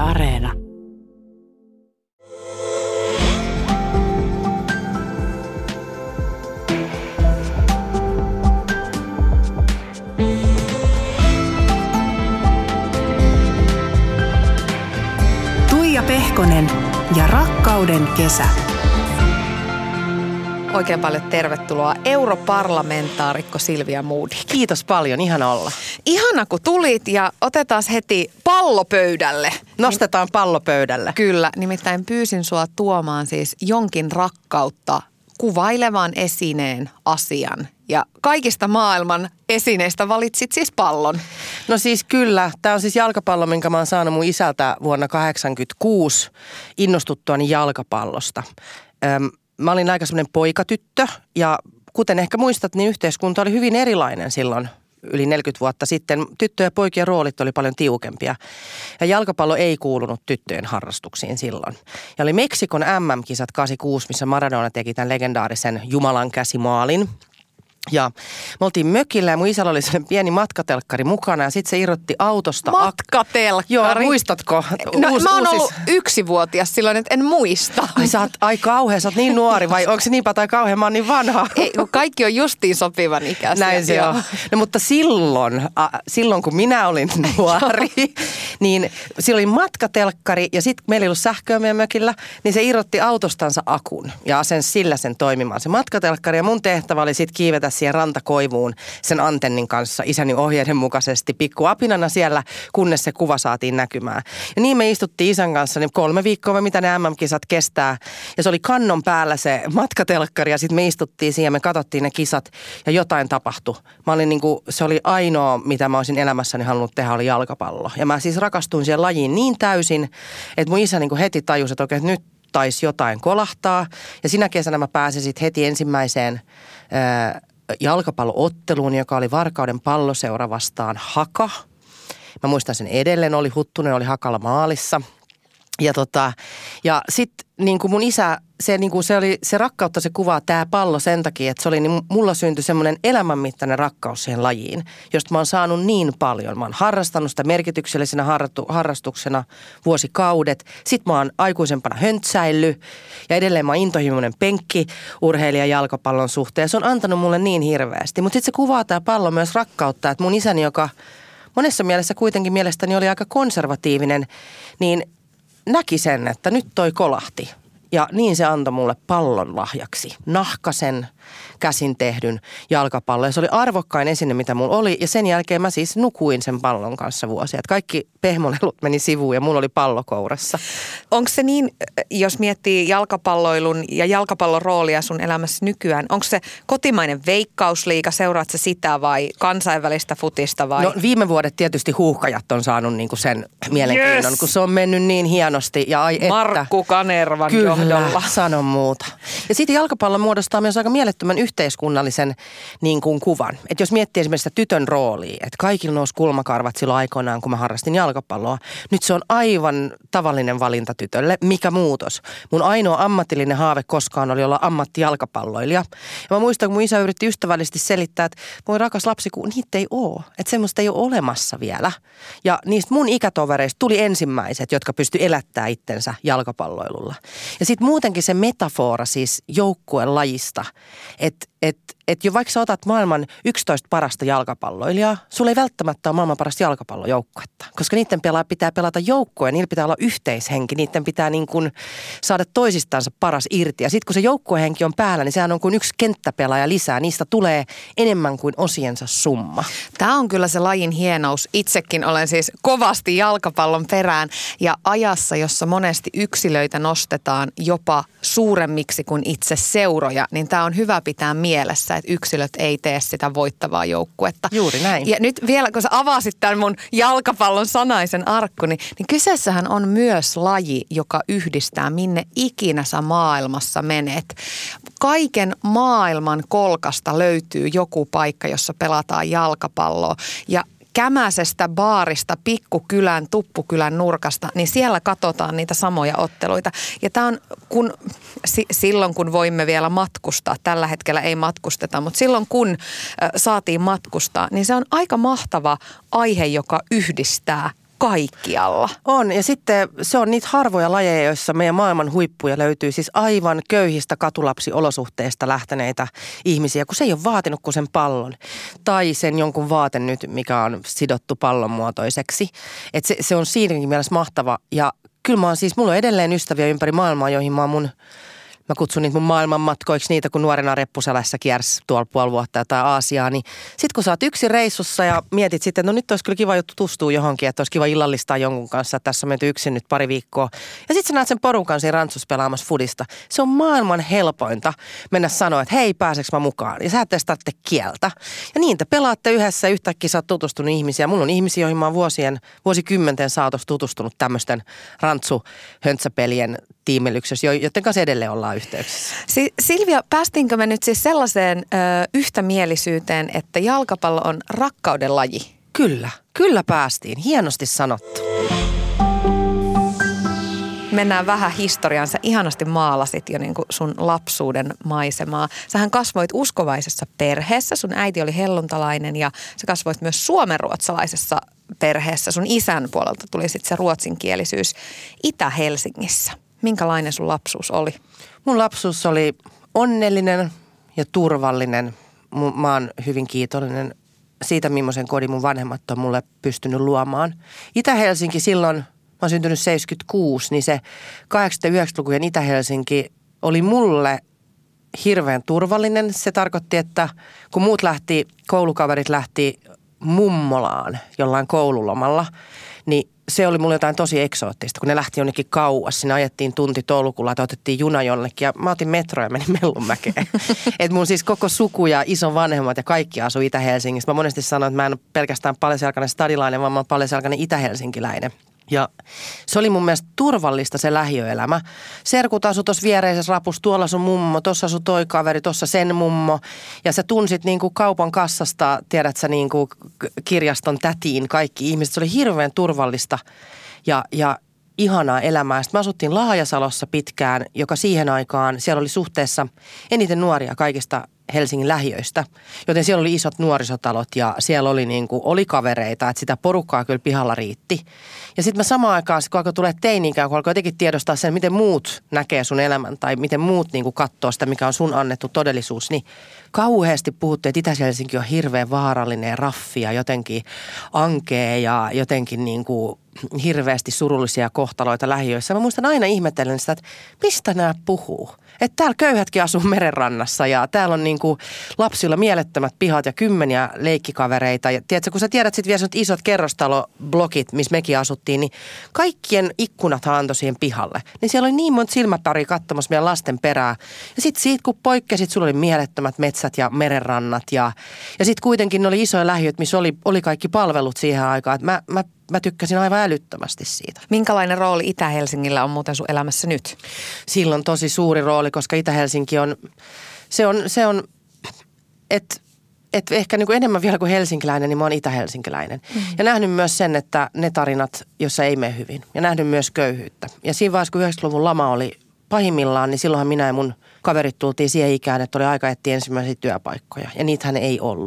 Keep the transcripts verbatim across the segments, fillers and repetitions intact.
Areena. Tuija Pehkonen ja rakkauden kesä. Oikein paljon tervetuloa europarlamentaarikko Silvia Modig. Kiitos paljon, ihana olla. Ihana kun tulit ja otetaan heti pallopöydälle. Nostetaan pallopöydälle. Kyllä, nimittäin pyysin sua tuomaan siis jonkin rakkautta kuvailevan esineen asian. Ja kaikista maailman esineistä valitsit siis pallon. No siis kyllä. Tämä on siis jalkapallo, minkä mä oon saanut mun isältä vuonna kahdeksankymmentäkuusi innostuttuani jalkapallosta. Öm, Mä olin aika semmoinen poikatyttö ja kuten ehkä muistat, niin yhteiskunta oli hyvin erilainen silloin yli neljäkymmentä vuotta sitten. Tyttöjen ja poikien roolit oli paljon tiukempia ja jalkapallo ei kuulunut tyttöjen harrastuksiin silloin. Ja oli Meksikon M M-kisat kahdeksankymmentäkuusi, missä Maradona teki tämän legendaarisen Jumalan käsimaalin. Ja me oltiin mökillä ja mun isällä oli sellainen pieni matkatelkkari mukana ja sitten se irrotti autosta. Matkatelkkari? Joo, muistatko? No Uus, mä oon uusis... ollut yksivuotias silloin, että en muista. Ai sä oot, ai kauhean, sä oot niin nuori vai onko se niinpä tai kauhean, mä oon niin vanha? Ei, kaikki on justiin sopivan ikäisiä. Näin se on. No mutta silloin, äh, silloin kun minä olin nuori, niin silloin oli matkatelkkari ja sitten meillä ei ollut sähköä meidän mökillä, niin se irrotti autostansa akun ja asensi sillä sen toimimaan. Se matkatelkkari ja mun tehtävä oli sitten kiivetä siihen rantakoivuun sen antennin kanssa isäni ohjeiden mukaisesti pikku apinana siellä, kunnes se kuva saatiin näkymään. Ja niin me istuttiin isän kanssa niin kolme viikkoa, mitä ne M M-kisat kestää. Ja se oli kannon päällä se matkatelkkari ja sitten me istuttiin siihen ja me katsottiin ne kisat ja jotain tapahtui. Mä olin niin kuin, se oli ainoa, mitä mä olisin elämässäni halunnut tehdä, oli jalkapallo. Ja mä siis rakastuin siihen lajiin niin täysin, että mun isä niin kuin heti tajusi, että oikein, että nyt taisi jotain kolahtaa. Ja sinä kesänä mä pääsin sitten heti ensimmäiseen ää, jalkapallootteluun, joka oli Varkauden palloseura vastaan Haka. Mä muistan sen edelleen, oli Huttunen, oli Hakalla maalissa. Ja, tota, ja sitten niin kuin mun isä, se, niin kuin se, oli, se rakkautta se kuvaa tämä pallo sen takia, että se oli, niin mulla syntyi semmoinen elämänmittainen rakkaus siihen lajiin, josta mä oon saanut niin paljon. Mä oon harrastanut sitä merkityksellisenä harrastu, harrastuksena vuosikaudet. Sitten mä oon aikuisempana höntsäillyt ja edelleen mä oon intohimoinen penkkiurheilija jalkapallon suhteen. Se on antanut mulle niin hirveästi. Mutta sitten se kuvaa tämä pallo myös rakkautta, että mun isäni, joka monessa mielessä kuitenkin mielestäni oli aika konservatiivinen, niin näki sen, että nyt toi kolahti. Ja niin se antoi mulle pallon lahjaksi. Nahkasen käsin tehdyn jalkapallon. Ja se oli arvokkain esine, mitä mulla oli. Ja sen jälkeen mä siis nukuin sen pallon kanssa vuosia. Et kaikki pehmolelut meni sivuun ja mulla oli pallo kourassa. Onko se niin, jos miettii jalkapalloilun ja jalkapallon roolia sun elämässä nykyään, onko se kotimainen Veikkausliiga, seuraat sä sitä vai kansainvälistä futista vai? No viime vuodet tietysti Huuhkajat on saanut niinku sen mielenkiinnon, yes, kun se on mennyt niin hienosti. Ja ai että. Markku Kanervan Kyllä, johdolla. Sano muuta. Ja siitä jalkapallo muodostaa myös aika mielettömän yhteiskunnallisen niin kuin kuvan. Että jos miettii esimerkiksi sitä tytön roolia, että kaikilla nousi kulmakarvat silloin aikoinaan, kun mä harrastin jalkapalloa. Nyt se on aivan tavallinen valinta tytölle. Mikä muutos? Mun ainoa ammatillinen haave koskaan oli olla ammattijalkapalloilija. Ja mä muistan, kun mun isä yritti ystävällisesti selittää, että voi rakas lapsi, kun niitä ei ole. Että semmoista ei ole olemassa vielä. Ja niistä mun ikätovereista tuli ensimmäiset, jotka pystyi elättämään itsensä jalkapalloilulla. Ja sitten muutenkin se metafora siis joukkueen lajista, että et, et jo vaikka sä otat maailman yksitoista parasta jalkapalloilijaa, sulla ei välttämättä ole maailman parasta jalkapallojoukkuetta, koska niiden pelaa pitää pelata joukkoja, niillä pitää olla yhteishenki, niiden pitää niin kuin saada toisistansa paras irti. Ja sitten kun se joukkuehenki on päällä, niin sehän on kuin yksi kenttäpelaaja lisää, niistä tulee enemmän kuin osiensa summa. Tämä on kyllä se lajin hienous. Itsekin olen siis kovasti jalkapallon perään ja ajassa, jossa monesti yksilöitä nostetaan jopa suuremmiksi kuin itse seuroja, niin tämä on hyvä pitää mielessä, että yksilöt ei tee sitä voittavaa joukkuetta. Juuri näin. Ja nyt vielä, kun sä avasit tämän mun jalkapallon sanaisen arkkuni, niin kyseessähän on myös laji, joka yhdistää minne ikinä sä maailmassa menet. Kaiken maailman kolkasta löytyy joku paikka, jossa pelataan jalkapalloa ja Kämäsestä baarista, pikkukylän, tuppukylän nurkasta, niin siellä katsotaan niitä samoja otteluita. Ja tämä on, kun, si, silloin kun voimme vielä matkustaa, tällä hetkellä ei matkusteta, mutta silloin kun ä, saatiin matkustaa, niin se on aika mahtava aihe, joka yhdistää kaikkialla. On, ja sitten se on niitä harvoja lajeja, joissa meidän maailman huippuja löytyy siis aivan köyhistä katulapsiolosuhteista lähteneitä ihmisiä, kun se ei ole vaatinut kuin sen pallon tai sen jonkun vaaten nyt, mikä on sidottu pallon muotoiseksi. Että se, se on siinäkin mielessä mahtava, ja kyllä mä oon siis, mulla on edelleen ystäviä ympäri maailmaa, joihin mä oon mun Mä kutsun niitä mun maailmanmatkoiksi, niitä kun nuorena reppuselässä kiersi tuolla puoli vuotta jotain Aasiaa. Niin sit kun sä oot yksin reissussa ja mietit sitten, että no nyt olisi kyllä kiva juttu tutustua johonkin, että olisi kiva illallistaa jonkun kanssa, että tässä on menty yksin nyt pari viikkoa. Ja sit sä näet sen porukan siinä rantsussa pelaamassa fudista. Se on maailman helpointa mennä sanoa, että hei, pääseks mä mukaan? Ja sä et edes tarvitse kieltä. Ja niin te pelaatte yhdessä, yhtäkkiä sä oot tutustunut ihmisiä. Mulla on ihmisiä, joihin mä oon vuosien, vuosikymmenten saatossa tutustunut tämmöisten rantsu-höntsäpelien tiimelyksessä, joiden kanssa edelleen ollaan yhteyksissä. Si- Silvia, päästiinkö me nyt siis sellaiseen ö, yhtämielisyyteen, että jalkapallo on rakkauden laji? Kyllä, kyllä päästiin. Hienosti sanottu. Mennään vähän historiaan. Sä ihanasti maalasit jo niin kuin sun lapsuuden maisemaa. Sähän kasvoit uskovaisessa perheessä. Sun äiti oli helluntalainen ja sä kasvoit myös suomenruotsalaisessa perheessä. Sun isän puolelta tuli sitten se ruotsinkielisyys Itä-Helsingissä. Minkälainen sun lapsuus oli? Mun lapsuus oli onnellinen ja turvallinen. Mä oon hyvin kiitollinen siitä, millaisen kodin mun vanhemmat on mulle pystynyt luomaan. Itä-Helsinki silloin, mä oon syntynyt seitsemänkymmentäkuusi, niin se kahdeksankymmentä-yhdeksänkymmentälukujen Itä-Helsinki oli mulle hirveän turvallinen. Se tarkoitti, että kun muut lähti, koulukaverit lähti mummolaan jollain koululomalla, niin se oli mulle jotain tosi eksoottista, kun ne lähti jonnekin kauas. Sinne ajettiin tunti tolkulla, tai otettiin juna jonnekin ja mä otin metro ja menin Mellunmäkeen. Että mun siis koko suku ja ison vanhemmat ja kaikki asuu Itä-Helsingissä. Mä monesti sanon, että mä en ole pelkästään paljaselkäinen stadilainen, vaan mä oon paljaselkäinen itä-helsinkiläinen. Ja se oli mun mielestä turvallista se lähiöelämä. Serkut asu tuossa viereisessä rapussa, tuolla sun mummo, tuossa asu toi kaveri, tuossa sen mummo. Ja sä tunsit niinku kaupan kassasta, tiedät sä niinku kirjaston tätiin kaikki ihmiset. Se oli hirveän turvallista ja, ja ihanaa elämää. Sitten me asuttiin Laajasalossa pitkään, joka siihen aikaan, siellä oli suhteessa eniten nuoria kaikista Helsingin lähiöistä, joten siellä oli isot nuorisotalot ja siellä oli, niin kuin, oli kavereita, että sitä porukkaa kyllä pihalla riitti. Ja sitten mä samaan aikaan, kun alkoi tulee teini-ikään, kun alkoi jotenkin tiedostaa sen, miten muut näkee sun elämän tai miten muut niin kuin katsoo sitä, mikä on sun annettu todellisuus, niin kauheasti puhuttiin, että Itä-Helsinki on hirveän vaarallinen ja raffi ja jotenkin ankea ja jotenkin niin kuin hirveästi surullisia kohtaloita lähiöissä. Mä muistan aina ihmetellen sitä, että mistä nämä puhuu. Että täällä köyhätkin asuu merenrannassa ja täällä on niinku lapsilla mielettömät pihat ja kymmeniä leikkikavereita. Ja tiedätkö, kun sä tiedät sitten vielä isot kerrostaloblokit, missä mekin asuttiin, niin kaikkien ikkunathan antoi siihen pihalle. Niin siellä oli niin monta silmäparia katsomassa meidän lasten perää. Ja sitten siitä kun poikkesit, sulla oli mielettömät metsät ja merenrannat. Ja, ja sitten kuitenkin ne oli isoja lähiöt, missä oli, oli kaikki palvelut siihen aikaan. Että mä, mä Mä tykkäsin aivan älyttömästi siitä. Minkälainen rooli Itä-Helsingillä on muuten sun elämässä nyt? Sillä on tosi suuri rooli, koska Itä-Helsinki on, se on, se on että et ehkä niin kuin enemmän vielä kuin helsinkiläinen, niin mä oon itä-helsinkiläinen. Mm-hmm. Ja nähnyt myös sen, että ne tarinat, jossa ei mene hyvin. Ja nähnyt myös köyhyyttä. Ja siinä vaiheessa, kun yhdeksänkymmentäluvun lama oli pahimmillaan, niin silloinhan minä ja mun kaverit tultiin siihen ikään, että oli aika etsiä ensimmäisiä työpaikkoja. Ja niitähän ei ollut.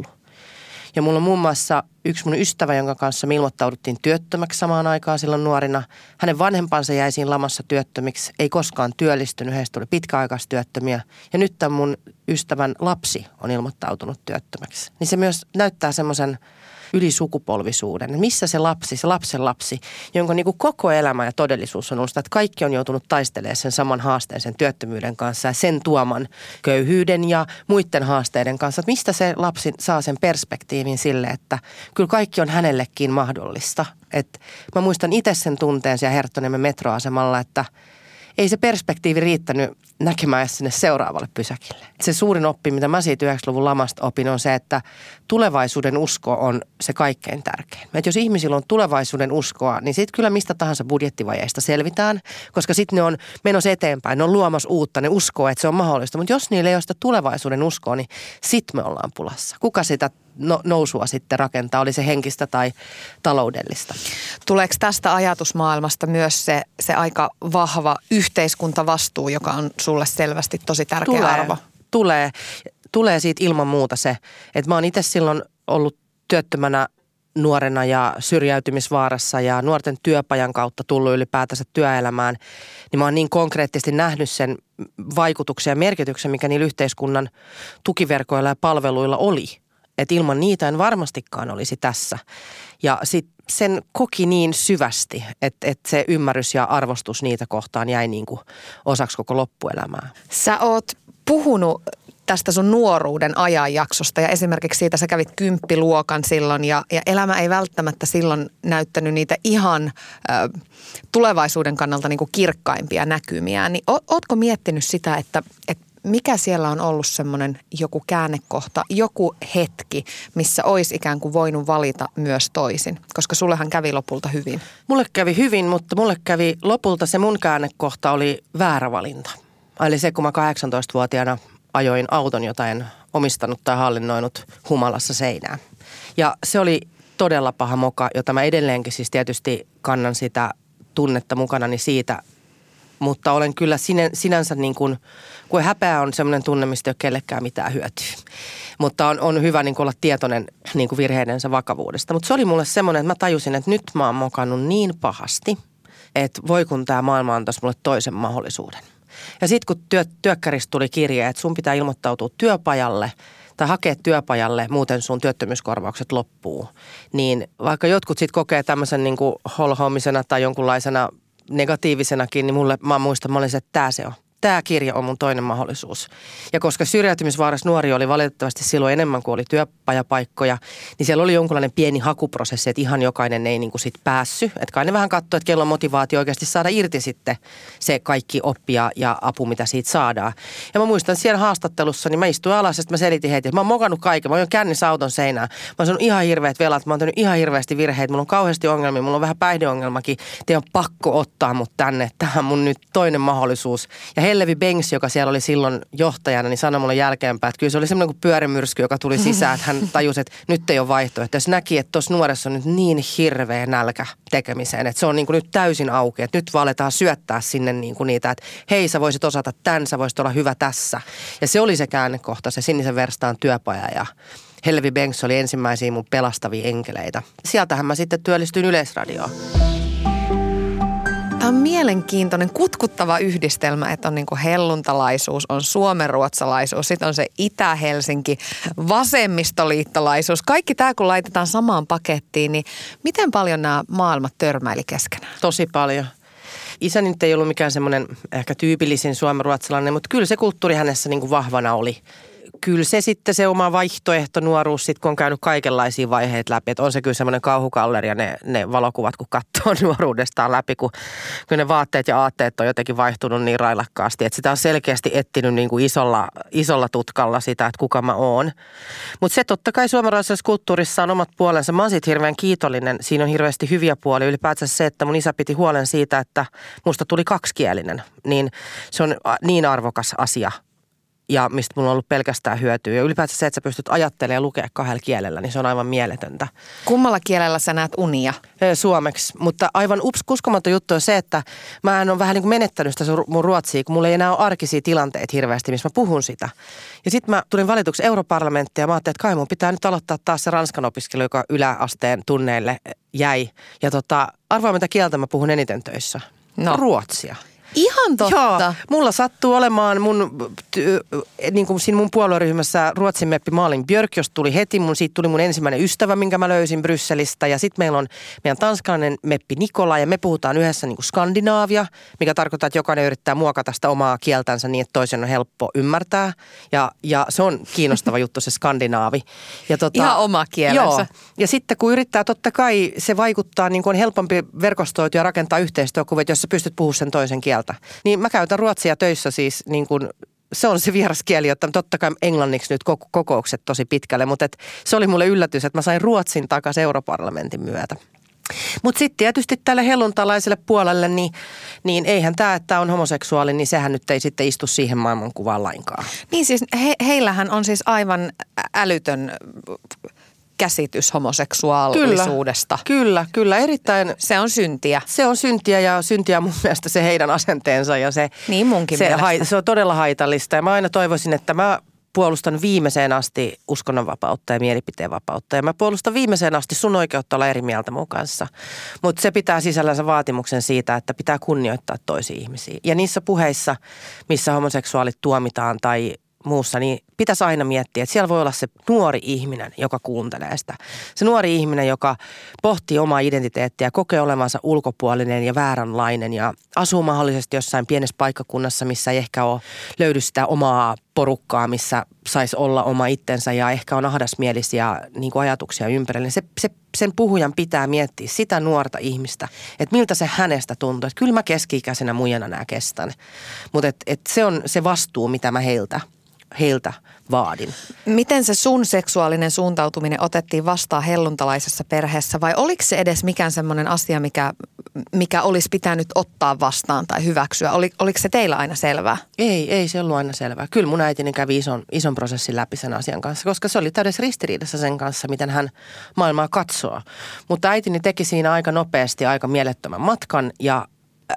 Ja mulla on muun muassa yksi mun ystävä, jonka kanssa me ilmoittauduttiin työttömäksi samaan aikaan silloin nuorina. Hänen vanhempansa jäi siinä lamassa työttömiksi, ei koskaan työllistynyt, heistä tuli pitkäaikaistyöttömiä. Ja nyt tämän mun ystävän lapsi on ilmoittautunut työttömäksi. Niin se myös näyttää semmoisen ylisukupolvisuuden. Missä se lapsi, se lapsen lapsi, jonka niin kuin koko elämä ja todellisuus on ollut sitä, että kaikki on joutunut taistelemaan sen saman haasteen, sen työttömyyden kanssa ja sen tuoman köyhyyden ja muiden haasteiden kanssa. Että mistä se lapsi saa sen perspektiivin sille, että kyllä kaikki on hänellekin mahdollista. Et mä muistan itse sen tunteen siellä Herttoniemen metroasemalla, että ei se perspektiivi riittänyt näkemään sinne seuraavalle pysäkille. Se suurin oppi, mitä mä siitä yhdeksänkymmentäluvun lamasta opin, on se, että tulevaisuuden usko on se kaikkein tärkein. Et jos ihmisillä on tulevaisuuden uskoa, niin sitten kyllä mistä tahansa budjettivajeista selvitään, koska sitten ne on menossa eteenpäin, ne on luomassa uutta, ne uskoo, että se on mahdollista. Mutta jos niillä ei ole sitä tulevaisuuden uskoa, niin sitten me ollaan pulassa. Kuka sitä no, nousua sitten rakentaa, oli se henkistä tai taloudellista? Tuleeko tästä ajatusmaailmasta myös se, se aika vahva yhteiskuntavastuu, joka on sulle selvästi tosi tärkeä tulee, arvo? Tulee. Tulee siitä ilman muuta se, että mä oon itse silloin ollut työttömänä nuorena ja syrjäytymisvaarassa ja nuorten työpajan kautta tullut ylipäätänsä työelämään, niin mä oon niin konkreettisesti nähnyt sen vaikutuksen ja merkityksen, mikä niillä yhteiskunnan tukiverkoilla ja palveluilla oli. Että ilman niitä en varmastikaan olisi tässä. Ja sitten sen koki niin syvästi, että, että se ymmärrys ja arvostus niitä kohtaan jäi niin kuin osaksi koko loppuelämää. Sä oot puhunut tästä sun nuoruuden ajanjaksosta ja esimerkiksi siitä sä kävit kymppiluokan silloin ja, ja elämä ei välttämättä silloin näyttänyt niitä ihan ö, tulevaisuuden kannalta niin kuin kirkkaimpia näkymiä. Niin o, ootko miettinyt sitä, että, että mikä siellä on ollut semmoinen joku käännekohta, joku hetki, missä olisi ikään kuin voinut valita myös toisin? Koska sullehan kävi lopulta hyvin. Mulle kävi hyvin, mutta mulle kävi lopulta se mun käännekohta oli väärä valinta. Eli se, kun mä kahdeksantoistavuotiaana ajoin auton, jota en omistanut tai hallinnoinut humalassa seinään. Ja se oli todella paha moka, jota mä edelleenkin siis tietysti kannan sitä tunnetta mukanani siitä, mutta olen kyllä sinänsä niin kuin, kun häpeä on semmoinen tunne, mistä ei ole kellekään mitään hyötyä. Mutta on, on hyvä niin kuin olla tietoinen niin kuin virheidensä vakavuudesta. Mutta se oli mulle semmoinen, että mä tajusin, että nyt mä oon mokannut niin pahasti, että voi kun tämä maailma antaisi mulle toisen mahdollisuuden. Ja sitten kun työ, työkkäristä tuli kirje, että sun pitää ilmoittautua työpajalle tai hakea työpajalle, muuten sun työttömyyskorvaukset loppuu. Niin vaikka jotkut sitten kokee tämmöisen niin kuin holhoamisena tai jonkunlaisena negatiivisenakin, niin mulle, mä muistan, mä olin se, että tää se on. Tämä kirja on mun toinen mahdollisuus. Ja koska syrjäytymisvaarassa nuori oli valitettavasti silloin enemmän kuin oli työpajapaikkoja, niin siellä oli jonkunlainen pieni hakuprosessi, että ihan jokainen ei niin kuin sit päässyt. Että kai ne vähän katsoi, että kello on motivaatio oikeasti saada irti sitten se kaikki oppia ja apu, mitä siitä saadaan. Ja mä muistan siellä haastattelussa, niin mä istuin alas ja mä selitin heitä, että mä oon mokannut kaiken. Mä oon kännissä auton seinään. Mä oon saanut ihan hirveät velat, mä oon tehnyt ihan hirveästi virheitä. Mulla on kauheasti ongelmia, mulla on vähän päihdeongelmakin. Teidän on pakko ottaa mut tänne. Tämä on mun nyt toinen mahdollisuus. Ja Hellevi Bengs, joka siellä oli silloin johtajana, niin sanoi mulle jälkeenpäin, että kyllä se oli semmoinen kuin pyörimyrsky, joka tuli sisään, että hän tajusi, että nyt ei ole vaihtoehto. Jos näki, että tuossa nuoressa on nyt niin hirveä nälkä tekemiseen, että se on niin kuin nyt täysin auki, että nyt vaan aletaan syöttää sinne niin kuin niitä, että hei, sä voisit osata tämän, sä voisit olla hyvä tässä. Ja se oli se käännekohta, se Sinisen verstaan työpaja ja Hellevi Bengs oli ensimmäisiä mun pelastavia enkeleitä. Sieltähän mä sitten työllistyin Yleisradioon. Tämä on mielenkiintoinen, kutkuttava yhdistelmä, että on niin kuin helluntalaisuus, on suomenruotsalaisuus, sitten on se Itä-Helsinki, vasemmistoliittolaisuus. Kaikki tämä, kun laitetaan samaan pakettiin, niin miten paljon nämä maailmat törmäili keskenään? Tosi paljon. Isä nyt ei ollut mikään semmoinen ehkä tyypillisin suomenruotsalainen, mutta kyllä se kulttuuri hänessä niin kuin vahvana oli. Kyllä se sitten se oma vaihtoehto nuoruus, sit kun on käynyt kaikenlaisia vaiheita läpi, että on se kyllä semmoinen kauhukalleri ja ne, ne valokuvat, kun katsoo nuoruudestaan läpi, kun, kun ne vaatteet ja aatteet on jotenkin vaihtunut niin railakkaasti, että sitä on selkeästi etsinyt niin kuin isolla, isolla tutkalla sitä, että kuka mä oon. Mutta se totta kai suomalaisessa kulttuurissa on omat puolensa. Mä oon siitä hirveän kiitollinen. Siinä on hirveästi hyviä puolia. Ylipäätään se, että mun isä piti huolen siitä, että musta tuli kaksikielinen, niin se on niin arvokas asia. Ja mistä mulla on ollut pelkästään hyötyä. Ja ylipäätään se, että sä pystyt ajattelemaan ja lukea kahdella kielellä, niin se on aivan mieletöntä. Kummalla kielellä sä näet unia? Suomeksi. Mutta aivan ups, uskomaton juttu on se, että mä en ole vähän niin kuin menettänyt sitä mun ruotsia, kun mulla ei enää ole arkisia tilanteita hirveästi, missä mä puhun sitä. Ja sitten mä tulin valituksi europarlamenttiin ja mä ajattelin, että kai mun pitää nyt aloittaa taas se ranskan opiskelu, joka yläasteen tunneille jäi. Ja tota, arvaa mitä kieltä mä puhun eniten töissä. No. Ruotsia. Ihan totta. Joo, mulla sattuu olemaan mun, niin kuin siinä mun puolueryhmässä Ruotsin meppi Malin Björk, jos tuli heti, mun, siitä tuli mun ensimmäinen ystävä, minkä mä löysin Brysselistä. Ja sitten meillä on meidän tanskalainen meppi Nikola ja me puhutaan yhdessä niin kuin skandinaavia, mikä tarkoittaa, että jokainen yrittää muokata sitä omaa kieltänsä niin, että toisen on helppo ymmärtää. Ja, ja se on kiinnostava juttu se skandinaavi. Ja tota, ihan oma kielensä. Joo. Ja sitten kun yrittää, totta kai se vaikuttaa, niin kuin on helpompi verkostoitua ja rakentaa yhteistyökuvia, jos sä pystyt puhumaan sen toisen kieltä. Niin mä käytän ruotsia töissä siis niin kuin, se on se vieraskieli, jotta totta kai englanniksi nyt kokoukset tosi pitkälle, mutta et se oli mulle yllätys, että mä sain ruotsin takaisin europarlamentin myötä. Mutta sitten tietysti tälle helluntalaiselle puolelle, niin, niin eihän tämä, että on homoseksuaali, niin sehän nyt ei sitten istu siihen maailmankuvaan lainkaan. Niin siis he, heillähän on siis aivan älytön käsitys homoseksuaalisuudesta. Kyllä, kyllä, kyllä. Erittäin. Se on syntiä. Se on syntiä ja syntiä mun mielestä se heidän asenteensa ja se. Niin munkin se, mielestä. hai, se on todella haitallista ja mä aina toivoisin, että mä puolustan viimeiseen asti uskonnonvapautta ja mielipiteenvapautta. Ja mä puolustan viimeiseen asti sun oikeutta olla eri mieltä mun kanssa. Mutta se pitää sisällänsä vaatimuksen siitä, että pitää kunnioittaa toisia ihmisiä. Ja niissä puheissa, missä homoseksuaalit tuomitaan tai muussa, niin pitäisi aina miettiä, että siellä voi olla se nuori ihminen, joka kuuntelee sitä. Se nuori ihminen, joka pohtii omaa identiteettiä, kokee olevansa ulkopuolinen ja vääränlainen ja asuu mahdollisesti jossain pienessä paikkakunnassa, missä ei ehkä ole löydy sitä omaa porukkaa, missä saisi olla oma itsensä ja ehkä on ahdasmielisiä niin kuin ajatuksia ympärillä. Se, se, sen puhujan pitää miettiä sitä nuorta ihmistä, että miltä se hänestä tuntuu. Että kyllä mä keski-ikäisenä muijana nämä kestän, mutta et, et se on se vastuu, mitä mä heiltä heiltä vaadin. Miten se sun seksuaalinen suuntautuminen otettiin vastaan helluntalaisessa perheessä vai oliko se edes mikään semmoinen asia, mikä, mikä olisi pitänyt ottaa vastaan tai hyväksyä? Oli, oliko se teillä aina selvää? Ei, ei se ollut aina selvää. Kyllä mun äitini kävi ison, ison prosessin läpi sen asian kanssa, koska se oli täydessä ristiriidassa sen kanssa, miten hän maailmaa katsoo. Mutta äitini teki siinä aika nopeasti aika mielettömän matkan ja,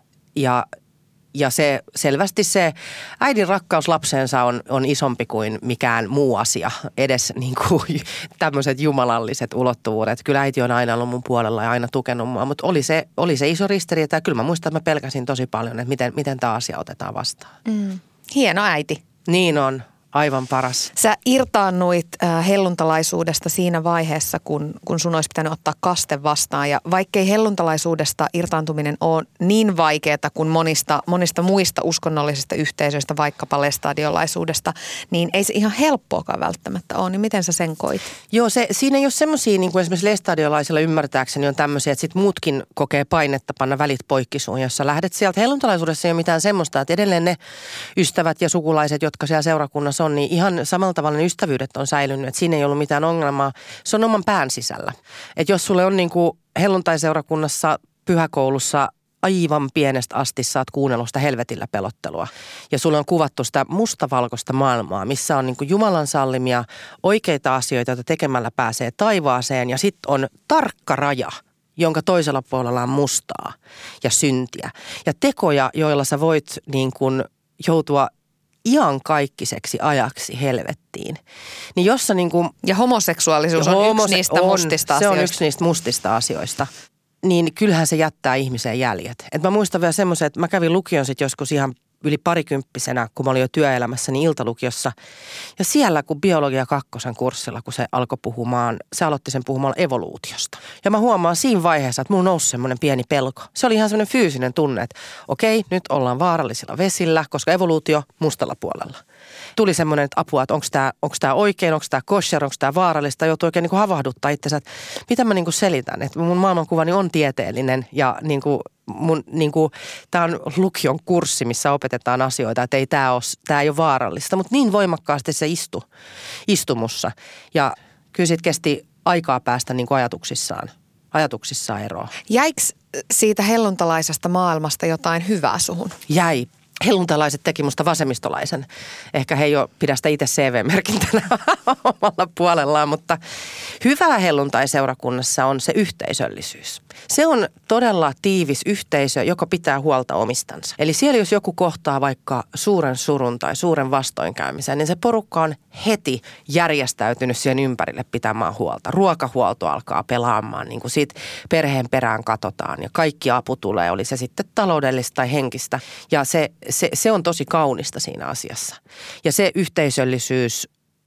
ja Ja se selvästi se äidin rakkaus lapseensa on, on isompi kuin mikään muu asia, edes niin kuin tämmöiset jumalalliset ulottuvuudet. Kyllä äiti on aina ollut mun puolella ja aina tukenut mua, mutta oli se, oli se iso ristiriita ja kyllä mä muistan, että mä pelkäsin tosi paljon, että miten, miten tämä asia otetaan vastaan. Mm. Hieno äiti. Niin on. Aivan paras. Sä irtaannuit äh, helluntalaisuudesta siinä vaiheessa, kun, kun sun olisi pitänyt ottaa kaste vastaan. Ja vaikkei helluntalaisuudesta irtaantuminen ole niin vaikeaa kuin monista, monista muista uskonnollisista yhteisöistä, vaikkapa lestadiolaisuudesta, niin ei se ihan helppoakaan välttämättä ole. Niin miten sä sen koit? Joo, se, siinä ei ole semmoisia, niin kuin esimerkiksi lestadiolaisilla ymmärtääkseni on tämmöisiä, että sit muutkin kokee painetta panna välit poikkisuun, jossa lähdet sieltä. Helluntalaisuudessa ei ole mitään semmoista, että edelleen ne ystävät ja sukulaiset, jotka siellä seurakunnassa on, niin ihan samalla tavalla ne ystävyydet on säilynyt, että siinä ei ollut mitään ongelmaa. Se on oman pään sisällä. Että jos sulle on niin kuin helluntaiseurakunnassa, pyhäkoulussa aivan pienestä asti sä oot kuunnellut sitä helvetillä pelottelua. Ja sulle on kuvattu sitä mustavalkoista maailmaa, missä on niin kuin Jumalan sallimia oikeita asioita, joita tekemällä pääsee taivaaseen. Ja sitten on tarkka raja, jonka toisella puolella on mustaa ja syntiä. Ja tekoja, joilla sä voit niin kuin joutua iankaikkisesti ajaksi helvettiin. Niin jossa niin kuin, ja homoseksuaalisuus on homose- yksi niistä on, mustista se asioista. Se on yksi niistä mustista asioista. Niin kyllähän se jättää ihmiseen jäljet. Et mä muistan vielä semmoisen, että mä kävin lukion sit joskus ihan yli parikymppisenä, kun mä olin jo työelämässä, niin iltalukiossa. Ja siellä, kun biologia kakkosen kurssilla, kun se alkoi puhumaan, se aloitti sen puhumaan evoluutiosta. Ja mä huomaan siinä vaiheessa, että mulla nousi semmoinen pieni pelko. Se oli ihan semmoinen fyysinen tunne, että okei, nyt ollaan vaarallisilla vesillä, koska evoluutio mustalla puolella. Tuli semmoinen, että apua, että onko tämä onko tämä oikein, onko tämä kosher, onko tämä vaarallista. Joutui oikein niin kuin havahduttaa itsensä, että mitä mä niin kuin selitän. Että mun maailmankuvani on tieteellinen ja niin kuin mun, niin kuin, tämä on lukion kurssi, missä opetetaan asioita, että ei tämä ole, tämä ei ole vaarallista. Mutta niin voimakkaasti se istui, istui mussa. Ja kyllä siitä kesti aikaa päästä niin kuin ajatuksissaan, ajatuksissaan eroon. Jäikö siitä helluntalaisesta maailmasta jotain hyvää suhun? Jäi. Helluntalaiset teki musta vasemmistolaisen. Ehkä he ei ole pidä sitä itse C V-merkintänä omalla puolellaan, mutta hyvää helluntaiseurakunnassa on se yhteisöllisyys. Se on todella tiivis yhteisö, joka pitää huolta omistansa. Eli siellä jos joku kohtaa vaikka suuren surun tai suuren vastoinkäymisen, niin se porukka on heti järjestäytynyt siihen ympärille pitämään huolta. Ruokahuolto alkaa pelaamaan, niin kuin siitä perheen perään katsotaan ja kaikki apu tulee, oli se sitten taloudellista tai henkistä. Ja se Se, se on tosi kaunista siinä asiassa. Ja se yhteisöllisyys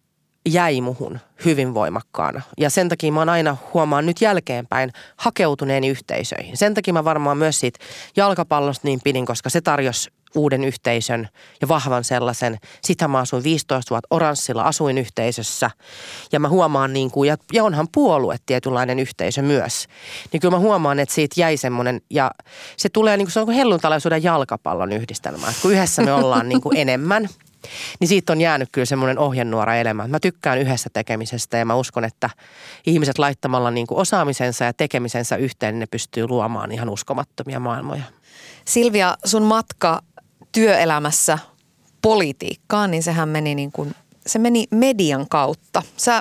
jäi muhun hyvin voimakkaana. Ja sen takia mä oon aina huomaan nyt jälkeenpäin hakeutuneeni yhteisöihin. Sen takia mä varmaan myös siitä jalkapallosta niin pidin, koska se tarjosi uuden yhteisön ja vahvan sellaisen. Sitten mä asuin viisitoista vuotta Oranssilla, asuin yhteisössä ja mä huomaan niin kuin, ja, ja onhan puolue tietynlainen yhteisö myös. Niin kyllä mä huomaan, että siitä jäi semmoinen ja se tulee niin kuin se on kuin helluntalaisuuden jalkapallon yhdistelmä. Että kun yhdessä me ollaan niin kuin enemmän, niin siitä on jäänyt kyllä semmoinen ohjenuora elämä. Mä tykkään yhdessä tekemisestä ja mä uskon, että ihmiset laittamalla niin kuin osaamisensa ja tekemisensä yhteen, niin ne pystyy luomaan ihan uskomattomia maailmoja. Silvia, sun matka työelämässä politiikkaan, niin sehän meni niin kuin, se meni median kautta. Sä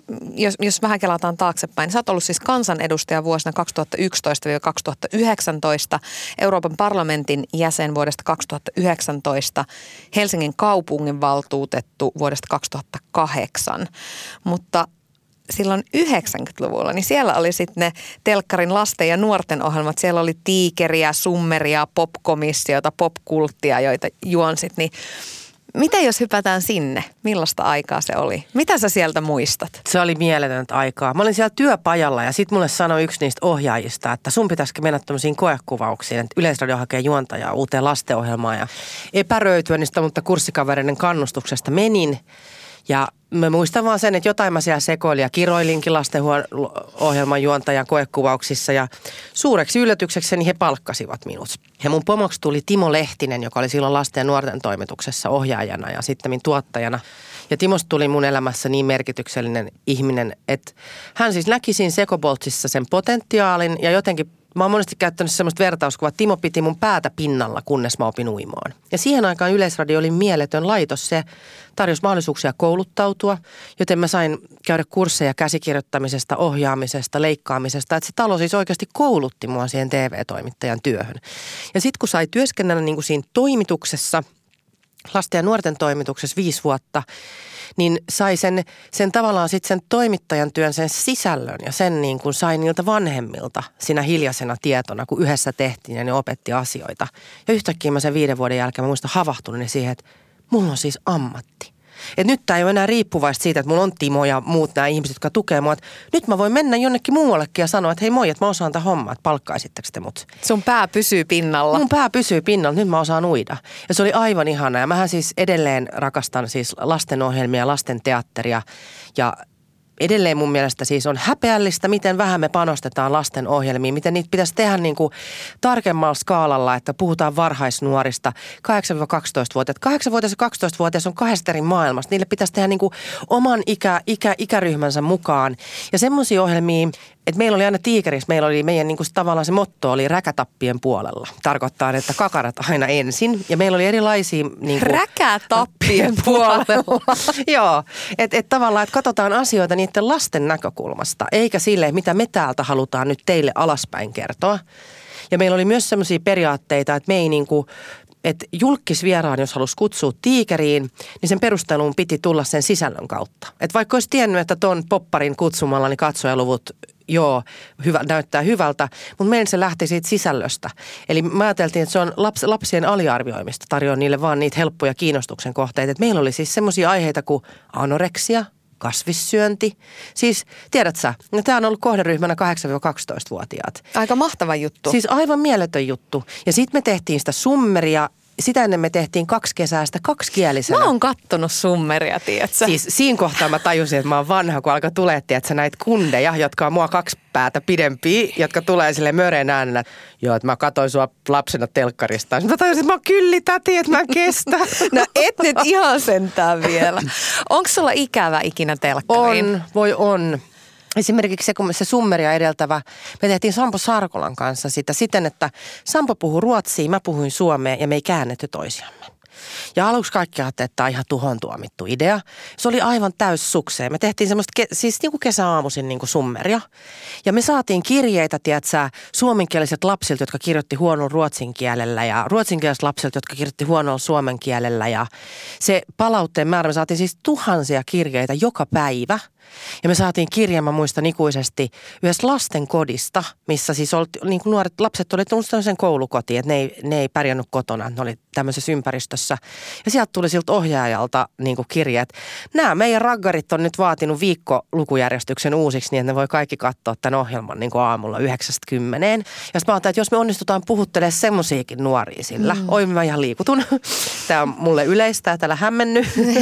jos, jos vähän kelataan taaksepäin, niin sä oot ollut siis kansanedustaja vuosina kaksituhattayksitoista kaksituhattayhdeksäntoista, Euroopan parlamentin jäsen vuodesta kaksituhattayhdeksäntoista, Helsingin kaupungin valtuutettu vuodesta kaksituhattakahdeksan, mutta silloin yhdeksänkymmentäluvulla, niin siellä oli sitten ne telkkarin lasten ja nuorten ohjelmat. Siellä oli Tiikeriä, Summeria, Popkomissiota, Popkulttia, joita juonsit. Niin mitä jos hypätään sinne? Millaista aikaa se oli? Mitä sä sieltä muistat? Se oli mieletöntä aikaa. Mä olin siellä työpajalla ja sitten mulle sanoi yksi niistä ohjaajista, että sun pitäisikö mennä tämmöisiin koekuvauksiin, että Yleisradio hakee juontajaa uuteen lastenohjelmaan. Ja epäröityä niistä, mutta kurssikavereiden kannustuksesta menin. Ja mä muistan vaan sen, että jotain mä siellä sekoilin ja kiroilinkin lastenohjelman juontajan koekuvauksissa ja suureksi yllätyksekseni he palkkasivat minut. Ja mun pomoksi tuli Timo Lehtinen, joka oli silloin lasten ja nuorten toimituksessa ohjaajana ja sitten tuottajana. Ja Timosta tuli mun elämässä niin merkityksellinen ihminen, että hän siis näki siinä Sekoboltsissa sen potentiaalin ja jotenkin mä oon monesti käyttänyt semmoista vertauskuvaa, että Timo piti mun päätä pinnalla, kunnes mä opin uimaan. Ja siihen aikaan Yleisradio oli mieletön laitos. Se tarjosi mahdollisuuksia kouluttautua, joten mä sain käydä kursseja käsikirjoittamisesta, ohjaamisesta, leikkaamisesta. Että se talo siis oikeasti koulutti mua siihen T V-toimittajan työhön. Ja sitten kun sai työskennellä niin kuin siinä toimituksessa, lasten ja nuorten toimituksessa viisi vuotta, niin sai sen, sen tavallaan sitten sen toimittajan työn, sen sisällön ja sen niin kuin sai niiltä vanhemmilta siinä hiljaisena tietona, kun yhdessä tehtiin ja ne opetti asioita. Ja yhtäkkiä mä sen viiden vuoden jälkeen mä muistan havahtunut siihen, että mulla on siis ammatti. Että nyt tämä ei ole enää riippuvaista siitä, että mulla on Timo ja muut nämä ihmiset, jotka tukee mua. Että nyt mä voin mennä jonnekin muuallekin ja sanoa, että hei moi, että mä osaan tämän hommaa, että palkkaisitteko te mut. Sun pää pysyy pinnalla. Mun pää pysyy pinnalla, nyt mä osaan uida. Ja se oli aivan ihanaa. Ja mähän siis edelleen rakastan siis lastenohjelmia, lasten teatteria ja edelleen mun mielestä siis on häpeällistä, miten vähän me panostetaan lasten ohjelmiin, miten niitä pitäisi tehdä niin kuin tarkemmalla skaalalla, että puhutaan varhaisnuorista, kahdeksan-kaksitoista-vuotiaat. kahdeksanvuotias ja kaksitoistavuotias on kahdesta eri maailmasta. Niille pitäisi tehdä niin kuin oman ikä, ikä, ikäryhmänsä mukaan. Ja semmoisia ohjelmia, että meillä oli aina Tiikerissä, meillä oli meidän niin kuin tavallaan se motto oli räkätappien puolella. Tarkoittaa, että kakarat aina ensin. Ja meillä oli erilaisia niin kuin räkätappien puolella. Joo, että et tavallaan, että katsotaan asioita niiden lasten näkökulmasta, eikä sille, mitä me täältä halutaan nyt teille alaspäin kertoa. Ja meillä oli myös semmoisia periaatteita, että me ei niin kuin, että julkkisvieraan, jos halusi kutsua Tiikeriin, niin sen perusteluun piti tulla sen sisällön kautta. Että vaikka olisi tiennyt, että ton popparin kutsumalla, niin katsojaluvut joo, hyvä, näyttää hyvältä, mutta meidän se lähti siitä sisällöstä. Eli me ajateltiin, että se on laps, lapsien aliarvioimista, tarjoaa niille vaan niitä helppoja kiinnostuksen kohteita. Et meillä oli siis semmoisia aiheita kuin anoreksia, kasvissyönti. Siis tiedät sä, no tämä on ollut kohderyhmänä kahdeksan-kaksitoistavuotiaat. Aika mahtava juttu. Siis aivan mieletön juttu. Ja sitten me tehtiin sitä summeria. Sitä ennen me tehtiin kaksi kesää sitä kaksikielisenä. Mä oon kattonut summeria, tietsä. Siis siinä kohtaa mä tajusin, että mä oon vanha, kun alkoi tulee, tietsä, näitä kundeja, jotka on mua kaksi päätä pidempiä, jotka tulee sille möreen äänellä. Joo, että mä katsoin sua lapsena telkkarista. Mä tajusin, että mä oon kyllitäti, että mä en kestä. No et nyt ihan sentään vielä. Onko sulla ikävä ikinä telkkariin? On, voi on. Esimerkiksi se, kun se summeria edeltävä, me tehtiin Sampo Sarkolan kanssa sitä siten, että Sampo puhui ruotsia, mä puhuin suomea ja me ei käännetty toisiamme. Ja aluksi kaikki ajattelivat, että tämä on ihan tuhon tuomittu idea. Se oli aivan täys sukseen. Me tehtiin semmoista, ke- siis niin kuin kesäaamuisin niin kuin summeria. Ja me saatiin kirjeitä, tiedätkö, suomenkieliset lapsilta, jotka kirjoitti huonolla ruotsin kielellä ja ruotsinkieliset lapsilta, jotka kirjoitti huonolla suomen kielellä. Ja se palautteen määrä, me saatiin siis tuhansia kirjeitä joka päivä. Ja me saatiin kirja, mä muistan ikuisesti, yhdessä lastenkodista, missä siis olti, niin kuin nuoret lapset oli tullut sen koulukotiin, että ne ei, ne ei pärjännyt kotona, ne oli tämmöisessä ympäristössä. Ja sieltä tuli siltä ohjaajalta niin kuin kirja, että nämä meidän raggarit on nyt vaatinut viikko lukujärjestyksen uusiksi niin, että ne voi kaikki katsoa tämän ohjelman niin kuin aamulla yhdeksästä kymmeneen. Ja sitten mä ajattelin, että jos me onnistutaan puhuttelemaan semmoisiakin nuoria sillä, mm. oi mä ihan liikutun. Tämä on mulle yleistä, täällä hämmennyt.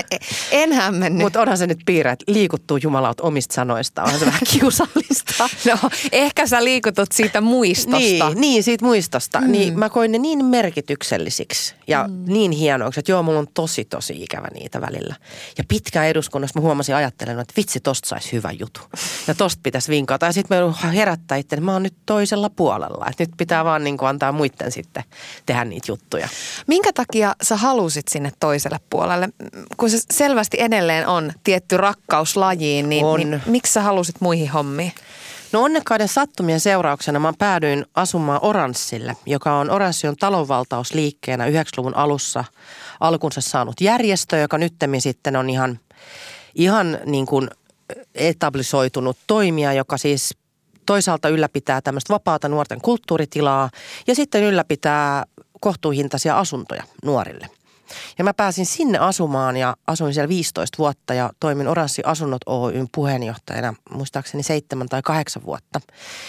En hämmennyt. Mutta onhan se nyt piirre, että liikuttuu jumalaut omista sanoista. Onhan se vähän kiusallista. No, ehkä sä liikutut siitä muistosta. Niin, niin siitä muistosta. Mm. Niin mä koin ne niin merkityksellisiksi ja mm. niin hienoiksi, että joo, mulla on tosi, tosi ikävä niitä välillä. Ja pitkään eduskunnassa mä huomasin ajattelemaan, että vitsi, tosta saisi hyvän jutun. Ja tosta pitäisi vinkata. Ja sitten mä herättää itse, että mä oon nyt toisella puolella. Että nyt pitää vaan niin kuin antaa muiden sitten tehdä niitä juttuja. Minkä takia sä halusit sinne toiselle puolelle? Kun se selvästi edelleen on tietty rakkaus lajiin, niin, niin miksi sä halusit muihin hommiin? No onnekkaiden sattumien seurauksena mä päädyin asumaan Oranssille, joka on Oranssi on talonvaltausliikkeenä yhdeksänkymmentäluvun alussa alkunsa saanut järjestö, joka nyttemmin sitten on ihan, ihan niin kuin etablisoitunut toimija, joka siis toisaalta ylläpitää tämmöistä vapaata nuorten kulttuuritilaa ja sitten ylläpitää kohtuuhintaisia asuntoja nuorille. Ja mä pääsin sinne asumaan ja asuin siellä viisitoista vuotta ja toimin Oranssi Asunnot Oyn puheenjohtajana muistaakseni seitsemän tai kahdeksan vuotta.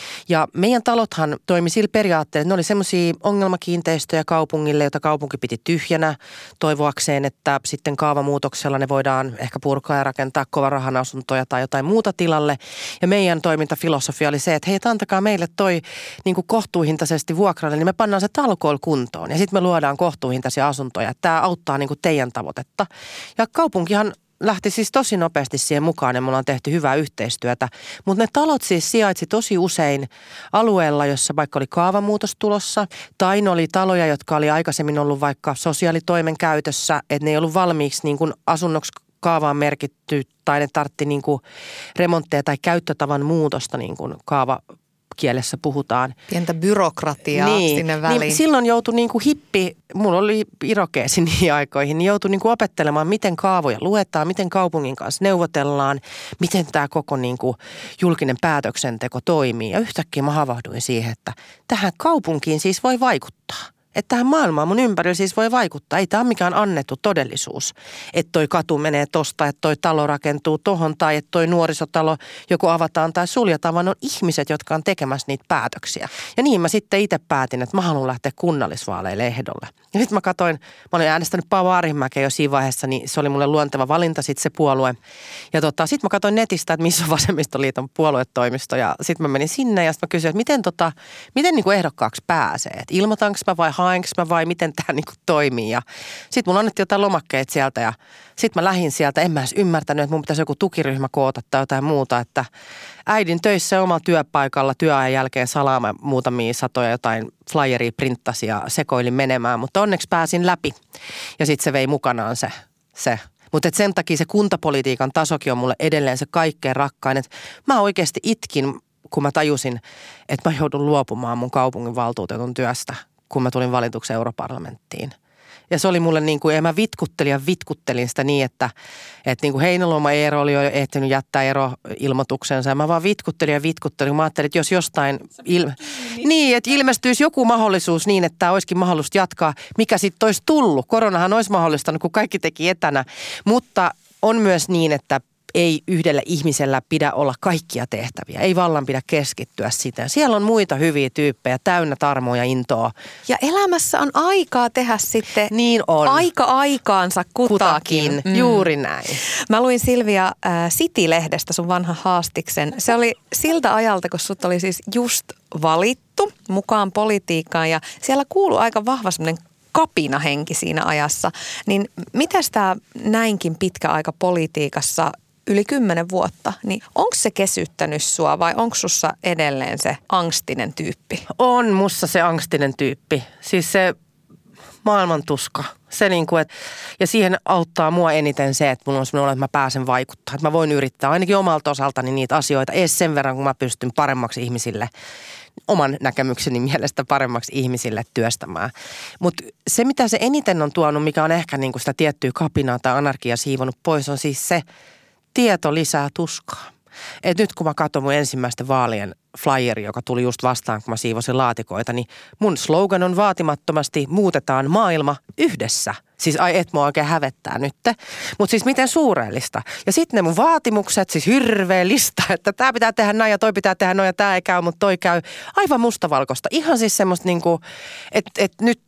Ja meidän talothan toimi sillä periaatteella, että ne oli semmoisia ongelmakiinteistöjä kaupungille, joita kaupunki piti tyhjänä toivoakseen, että sitten kaavamuutoksella ne voidaan ehkä purkaa ja rakentaa kovarahan asuntoja tai jotain muuta tilalle. Ja meidän toimintafilosofia oli se, että hei, antakaa meille toi niin kuin kohtuuhintaisesti vuokralle, niin me pannaan se talkoilla kuntoon ja sitten me luodaan kohtuuhintaisia asuntoja. Tämä auttaa niin kuin teidän tavoitetta. Ja kaupunkihan lähti siis tosi nopeasti siihen mukaan ja me ollaan tehty hyvää yhteistyötä. Mutta ne talot siis sijaitsi tosi usein alueella, jossa vaikka oli kaavamuutos tulossa tai ne oli taloja, jotka oli aikaisemmin ollut vaikka sosiaalitoimen käytössä, että ne ei ollut valmiiksi niin kuin asunnoksi kaavaan merkitty tai ne tartti niin kuin remontteja tai käyttötavan muutosta niin kuin kaava kielessä puhutaan. Pientä byrokratiaa niin, sinne väliin. Niin silloin joutui niin kuin hippi, mulla oli irokeesi niihin aikoihin, niin joutui niin kuin opettelemaan, miten kaavoja luetaan, miten kaupungin kanssa neuvotellaan, miten tämä koko niin kuin julkinen päätöksenteko toimii. Ja yhtäkkiä mä havahduin siihen, että tähän kaupunkiin siis voi vaikuttaa. Että tähän maailmaan mun ympärillä siis voi vaikuttaa. Ei tämä ole mikään annettu todellisuus, että toi katu menee tosta, että toi talo rakentuu tohon tai että toi nuorisotalo joko avataan tai suljetaan, vaan on ihmiset, jotka on tekemässä niitä päätöksiä. Ja niin mä sitten itse päätin, että mä haluan lähteä kunnallisvaaleille ehdolle. Ja sitten mä katsoin, mä olin äänestänyt Paavo Arhinmäkeä jo siinä vaiheessa, niin se oli mulle luonteva valinta sitten se puolue. Ja tota, sitten mä katsoin netistä, että missä on Vasemmistoliiton puoluetoimisto ja sitten mä menin sinne ja sitten mä kysyin, että miten, tota, miten niin kuin ehdokkaaksi pääsee, että ilmoitanko mä vai haenko mä vai miten tämä niin kuin toimii. Ja sitten mulla annettiin jotain lomakkeet sieltä ja sitten mä lähdin sieltä, en mä edes ymmärtänyt, että mun pitäisi joku tukiryhmä koota tai jotain muuta, että äidin töissä omalla työpaikalla työajan jälkeen salaamaan muutamia satoja jotain flyeria printtasi ja sekoilin menemään, mutta onneksi pääsin läpi ja sitten se vei mukanaan se. se. Mutta sen takia se kuntapolitiikan tasokin on mulle edelleen se kaikkein rakkain, että mä oikeasti itkin, kun mä tajusin, että mä joudun luopumaan mun kaupunginvaltuutetun työstä, kun mä tulin valituksi europarlamenttiin. Ja se oli mulle niin kuin, ja mä vitkuttelin ja vitkuttelin sitä niin, että, että niin kuin Heinäluoma Eero oli jo ehtinyt jättää eroilmoituksensa. Ja mä vaan vitkuttelin ja vitkuttelin, kun mä ajattelin, että jos jostain, ilme- niin, että ilmestyisi joku mahdollisuus niin, että tämä olisikin mahdollista jatkaa, mikä sitten olisi tullut. Koronahan olisi mahdollistanut, kun kaikki teki etänä, mutta on myös niin, että ei yhdellä ihmisellä pidä olla kaikkia tehtäviä. Ei vallan pidä keskittyä sitä. Siellä on muita hyviä tyyppejä, täynnä tarmoa ja intoa. Ja elämässä on aikaa tehdä sitten niin on. aika aikaansa kutakin. kutakin. Mm. Juuri näin. Mä luin Silvia äh, City-lehdestä sun vanha haastiksen. Se oli siltä ajalta, kun sut oli siis just valittu mukaan politiikkaan ja siellä kuului aika vahva semmoinen kapinahenki siinä ajassa. Niin mitäs tää näinkin pitkä aika politiikassa yli kymmenen vuotta, niin onko se kesyttänyt sua vai onko sussa edelleen se angstinen tyyppi? On mussa se angstinen tyyppi. Siis se maailman tuska. Se niin kuin, et, ja siihen auttaa mua eniten se, että mulla on sellainen olo, että mä pääsen vaikuttamaan. Että mä voin yrittää ainakin omalta osaltani niitä asioita edes sen verran, kun mä pystyn paremmaksi ihmisille, oman näkemykseni mielestä paremmaksi ihmisille työstämään. Mutta se, mitä se eniten on tuonut, mikä on ehkä niin kuin sitä tiettyä kapinaa tai anarkiaa siivonut pois, on siis se, tieto lisää tuskaa. Et nyt kun mä katson mun ensimmäisten vaalien flyeri, joka tuli just vastaan, kun mä siivosin laatikoita, niin mun slogan on vaatimattomasti muutetaan maailma yhdessä. Siis ai et mua oikein hävettää nyt. Mutta siis miten suureellista. Ja sitten ne mun vaatimukset, siis hirveä lista, että tää pitää tehdä näin ja toi pitää tehdä noin ja tää ei käy, mutta toi käy. Aivan mustavalkoista. Ihan siis semmoista niinku, että et nyt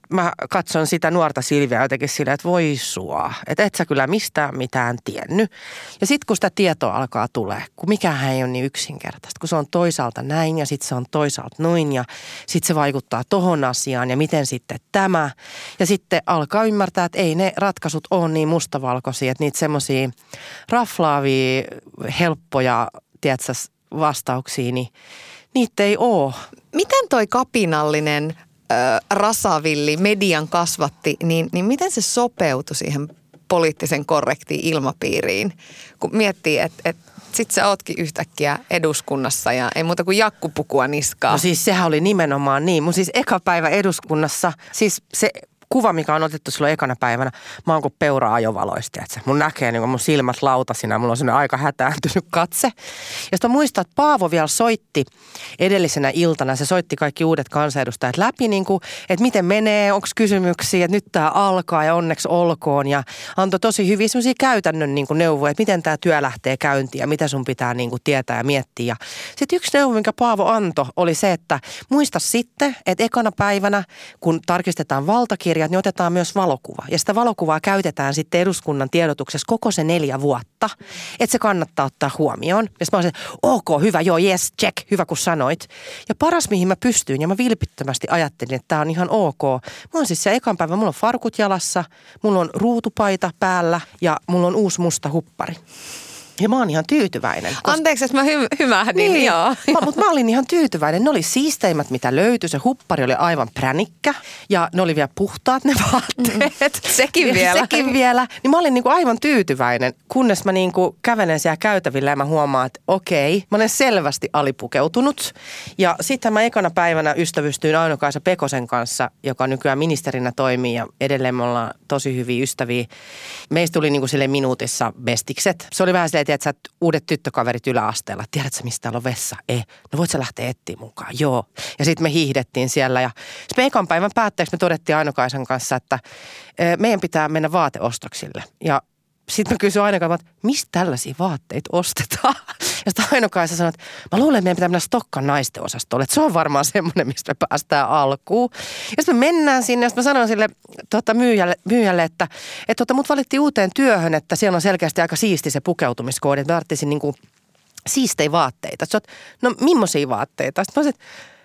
mä katson sitä nuorta Silviä jotenkin silleen, että voi sua, että et sä kyllä mistään mitään tiennyt. Ja sitten kun sitä tietoa alkaa tulee, kun mikähän ei ole niin yksinkertaista, kun se on toisaalta näin ja sitten se on toisaalta noin ja sitten se vaikuttaa tohon asiaan ja miten sitten tämä. Ja sitten alkaa ymmärtää, että ei ne ratkaisut ole niin mustavalkoisia, että niitä semmoisia raflaavia, helppoja, tiedätkö, vastauksia, niin niitä ei ole. Miten toi kapinallinen äh, rasavilli median kasvatti, niin, niin miten se sopeutui siihen poliittisen korrektiin ilmapiiriin? Kun miettii, että et, sit sä ootkin yhtäkkiä eduskunnassa ja ei muuta kuin jakkupukua niskaa. No siis sehän oli nimenomaan niin. Mun siis eka päivä eduskunnassa, siis se kuva, mikä on otettu silloin ekana päivänä, mä oon kuin peura ajovaloista, että mun näkee niin mun silmät lautasina, mulla on sellainen aika hätääntynyt katse. Ja sitten muistan, että Paavo vielä soitti edellisenä iltana, se soitti kaikki uudet kansanedustajat läpi, niin kuin, että miten menee, onko kysymyksiä, että nyt tämä alkaa ja onneksi olkoon. Ja antoi tosi hyviä sellaisia käytännön niin kuin neuvoja, että miten tämä työ lähtee käyntiin ja mitä sun pitää niin kuin tietää ja miettiä. Sitten yksi neuvo, minkä Paavo antoi, oli se, että muista sitten, että ekana päivänä, kun tarkistetaan valtakirja, niin otetaan myös valokuva. Ja sitä valokuvaa käytetään sitten eduskunnan tiedotuksessa koko se neljä vuotta, että se kannattaa ottaa huomioon. Ja sitten mä olisin, ok, hyvä, joo, yes, check, hyvä kun sanoit. Ja paras, mihin mä pystyin, ja mä vilpittömästi ajattelin, että tää on ihan ok. Mulla on siis se ekan päivä, mulla on farkut jalassa, mulla on ruutupaita päällä ja mulla on uusi musta huppari. Ja mä oon ihan tyytyväinen. Koska... Anteeksi, että mä hy- hymähdin. Niin, joo. Mä, mutta mä olin ihan tyytyväinen. Ne oli siisteimmät, mitä löytyi. Se huppari oli aivan pränikkä ja ne oli vielä puhtaat ne vaatteet. Mm, sekin vielä. Sekin vielä. Niin mä olin niinku aivan tyytyväinen, kunnes mä niinku kävelen siellä käytävillä ja mä huomaan, että okei, mä olen selvästi alipukeutunut. Ja sitten mä ekana päivänä ystävystyin Aino-Kaisa Pekosen kanssa, joka nykyään ministerinä toimii ja edelleen me ollaan tosi hyviä ystäviä. Meistä tuli niinku sille minuutissa bestikset. Se oli vähän silleen, että uudet tyttökaverit yläasteella, tiedätkö mistä täällä on vessa? Ei. No voit sä lähteä etsiä mukaan? Joo. Ja sitten me hiihdettiin siellä ja me ekan päivän päätteeksi me todettiin Aino-Kaisan kanssa, että meidän pitää mennä vaateostoksille. Ja sitten mä kysyin Aino-Kaisan, että mistä tällaisia vaatteita ostetaan? Ja sitten Aino-Kaisa sanoi, että mä luulen, että meidän pitää mennä Stokkan naisten osastolle. Että se on varmaan semmoinen, mistä me päästään alkuun. Ja sitten me mennään sinne ja sitten mä sanoin sille tota, myyjälle, myyjälle, että, että tota, mut valittiin uuteen työhön, että siellä on selkeästi aika siisti se pukeutumiskoodi. Että mä tarvitsin niin kuin siistejä vaatteita. Sitten no millaisia vaatteita? Sitten mä sanoin, että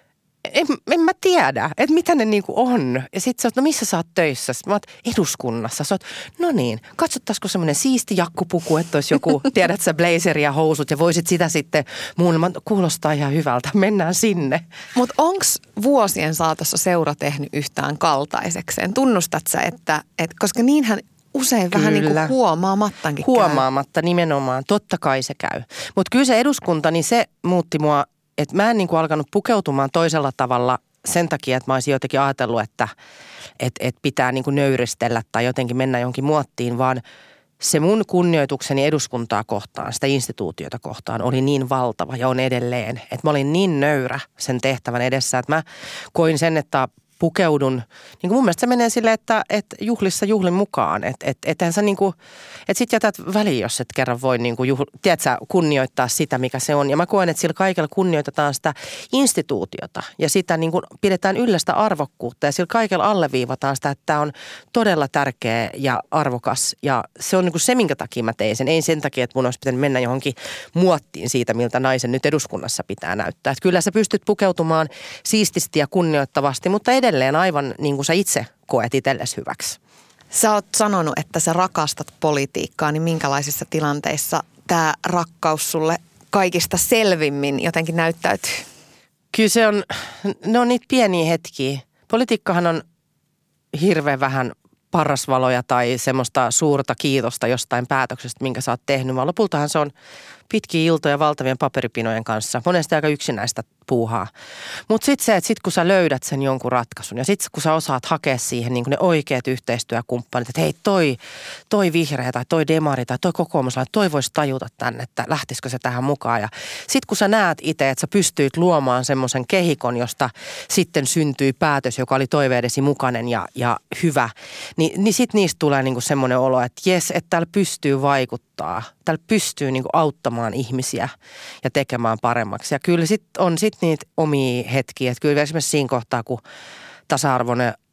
En, en mä tiedä, että mitä ne niinku on. Ja sit sä oot, no missä sä oot töissä? Sitten mä oot eduskunnassa. Sä oot, no niin, katsottaisiko semmoinen siisti jakkupuku, että olisi joku, tiedät sä, blazeri ja housut ja voisit sitä sitten muunnelma. Kuulostaa ihan hyvältä, mennään sinne. Mutta onks vuosien saatossa seura tehnyt yhtään kaltaisekseen? Tunnustat sä, että, että koska niinhän usein kyllä. Vähän niin kuin huomaamattankin Huomaamatta käy. Nimenomaan, totta kai se käy. Mutta kyllä se eduskunta, niin se muutti mua. Että mä en niin kuin alkanut pukeutumaan toisella tavalla sen takia, että mä olisin jotenkin ajatellut, että et, et pitää niin kuin nöyristellä tai jotenkin mennä johonkin muottiin, vaan se mun kunnioitukseni eduskuntaa kohtaan, sitä instituutiota kohtaan oli niin valtava ja on edelleen. Että mä olin niin nöyrä sen tehtävän edessä, että mä koin sen, että pukeudun, niin kuin mun mielestä se menee silleen, että, että juhlissa juhlin mukaan, että et, ethän sä niin kuin, että sit jätät väliin, jos et kerran voi niin kuin juhl, tiedätkö, kunnioittaa sitä, mikä se on. Ja mä koen, että sillä kaikella kunnioitetaan sitä instituutiota ja sitä niin kuin pidetään yllä sitä arvokkuutta ja sillä kaikella alleviivataan sitä, että tämä on todella tärkeä ja arvokas ja se on niin kuin se, minkä takia mä tein sen. Ei sen takia, että mun olisi pitänyt mennä johonkin muottiin siitä, miltä naisen nyt eduskunnassa pitää näyttää. Että kyllä sä pystyt pukeutumaan siististi ja kunnioittavasti, mutta edelleen aivan niin kuin sä itse koet itsellesi hyväksi. Sä oot sanonut, että sä rakastat politiikkaa, niin minkälaisissa tilanteissa tämä rakkaus sulle kaikista selvimmin jotenkin näyttäytyy? Kyllä se on, ne on niitä pieniä hetkiä. Politiikkahan on hirveän vähän parrasvaloja tai semmoista suurta kiitosta jostain päätöksestä, minkä sä oot tehnyt, vaan lopultahan se on pitkiä iltoja valtavien paperipinojen kanssa. Monesti aika yksinäistä puuhaa. Mutta sitten se, että sit kun sä löydät sen jonkun ratkaisun ja sitten kun sä osaat hakea siihen niin ne oikeat yhteistyökumppanit, että hei toi, toi vihreä tai toi demari tai toi kokoomuslainen, toi voisi tajuta tänne, että lähtisikö se tähän mukaan. Ja sitten kun sä näet itse, että sä pystyit luomaan semmoisen kehikon, josta sitten syntyi päätös, joka oli toiveidesi mukainen ja, ja hyvä, niin, niin sitten niistä tulee niin semmoinen olo, että jes, että täällä pystyy vaikuttaa. Täällä pystyy niin auttamaan ihmisiä ja tekemään paremmaksi. Ja kyllä sitten on sitten niitä omia hetkiä. Että kyllä esimerkiksi siinä kohtaa, kun tasa-arvoinen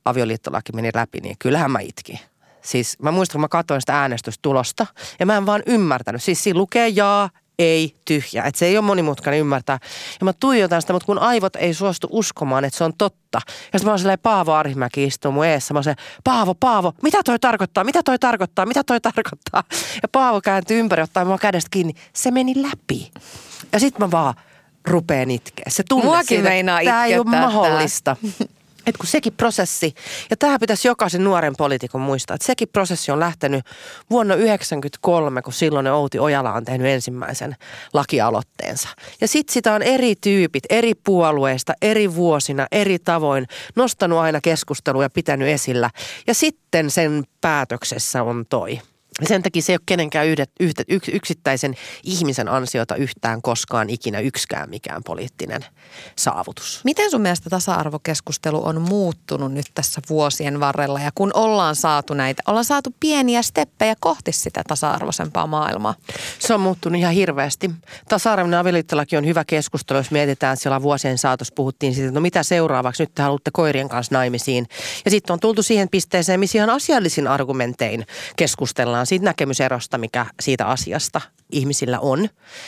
avioliittolaki meni läpi, niin kyllähän mä itkin. Siis mä muistan, kun mä katsoin sitä äänestystulosta ja mä en vaan ymmärtänyt. Siis siinä lukee jaa, ei, tyhjä. Että se ei ole monimutkainen ymmärtää. Ja mä tuijotan sitä, mutta kun aivot ei suostu uskomaan, että se on totta. Ja sitten mä oon silleen, Paavo Arhimäki istuu mun eessä. Mä oon se, Paavo, Paavo, mitä toi tarkoittaa, mitä toi tarkoittaa, mitä toi tarkoittaa. Ja Paavo kääntyi ympäri, ottaa mua kädestä kiinni. Se meni läpi. Ja sitten mä vaan rupeen itkeä. Se tunne Muakin siitä, meinaa tää ei ole itkettää mahdollista. Että kun sekin prosessi, ja tähän pitäisi jokaisen nuoren poliitikon muistaa, että sekin prosessi on lähtenyt vuonna yhdeksänkymmentäkolme, kun silloinen Outi Ojala on tehnyt ensimmäisen lakialoitteensa. Ja sitten sitä on eri tyypit, eri puolueista, eri vuosina, eri tavoin nostanut aina keskustelua ja pitänyt esillä. Ja sitten sen päätöksessä on toi. Sen takia se ei ole kenenkään yhdet, yhdet, yks, yksittäisen ihmisen ansiota yhtään koskaan ikinä yksikään mikään poliittinen saavutus. Miten sun mielestä tasa-arvokeskustelu on muuttunut nyt tässä vuosien varrella ja kun ollaan saatu näitä, ollaan saatu pieniä steppejä kohti sitä tasa-arvoisempaa maailmaa? Se on muuttunut ihan hirveästi. Tasa-arvoinen avioliittolaki on hyvä keskustelu, jos mietitään, että siellä vuosien saatossa puhuttiin siitä, että no mitä seuraavaksi, nyt te haluatte koirien kanssa naimisiin. Ja sitten on tultu siihen pisteeseen, missä ihan asiallisin argumentein keskustellaan siitä näkemyserosta, mikä siitä asiasta ihmisillä on.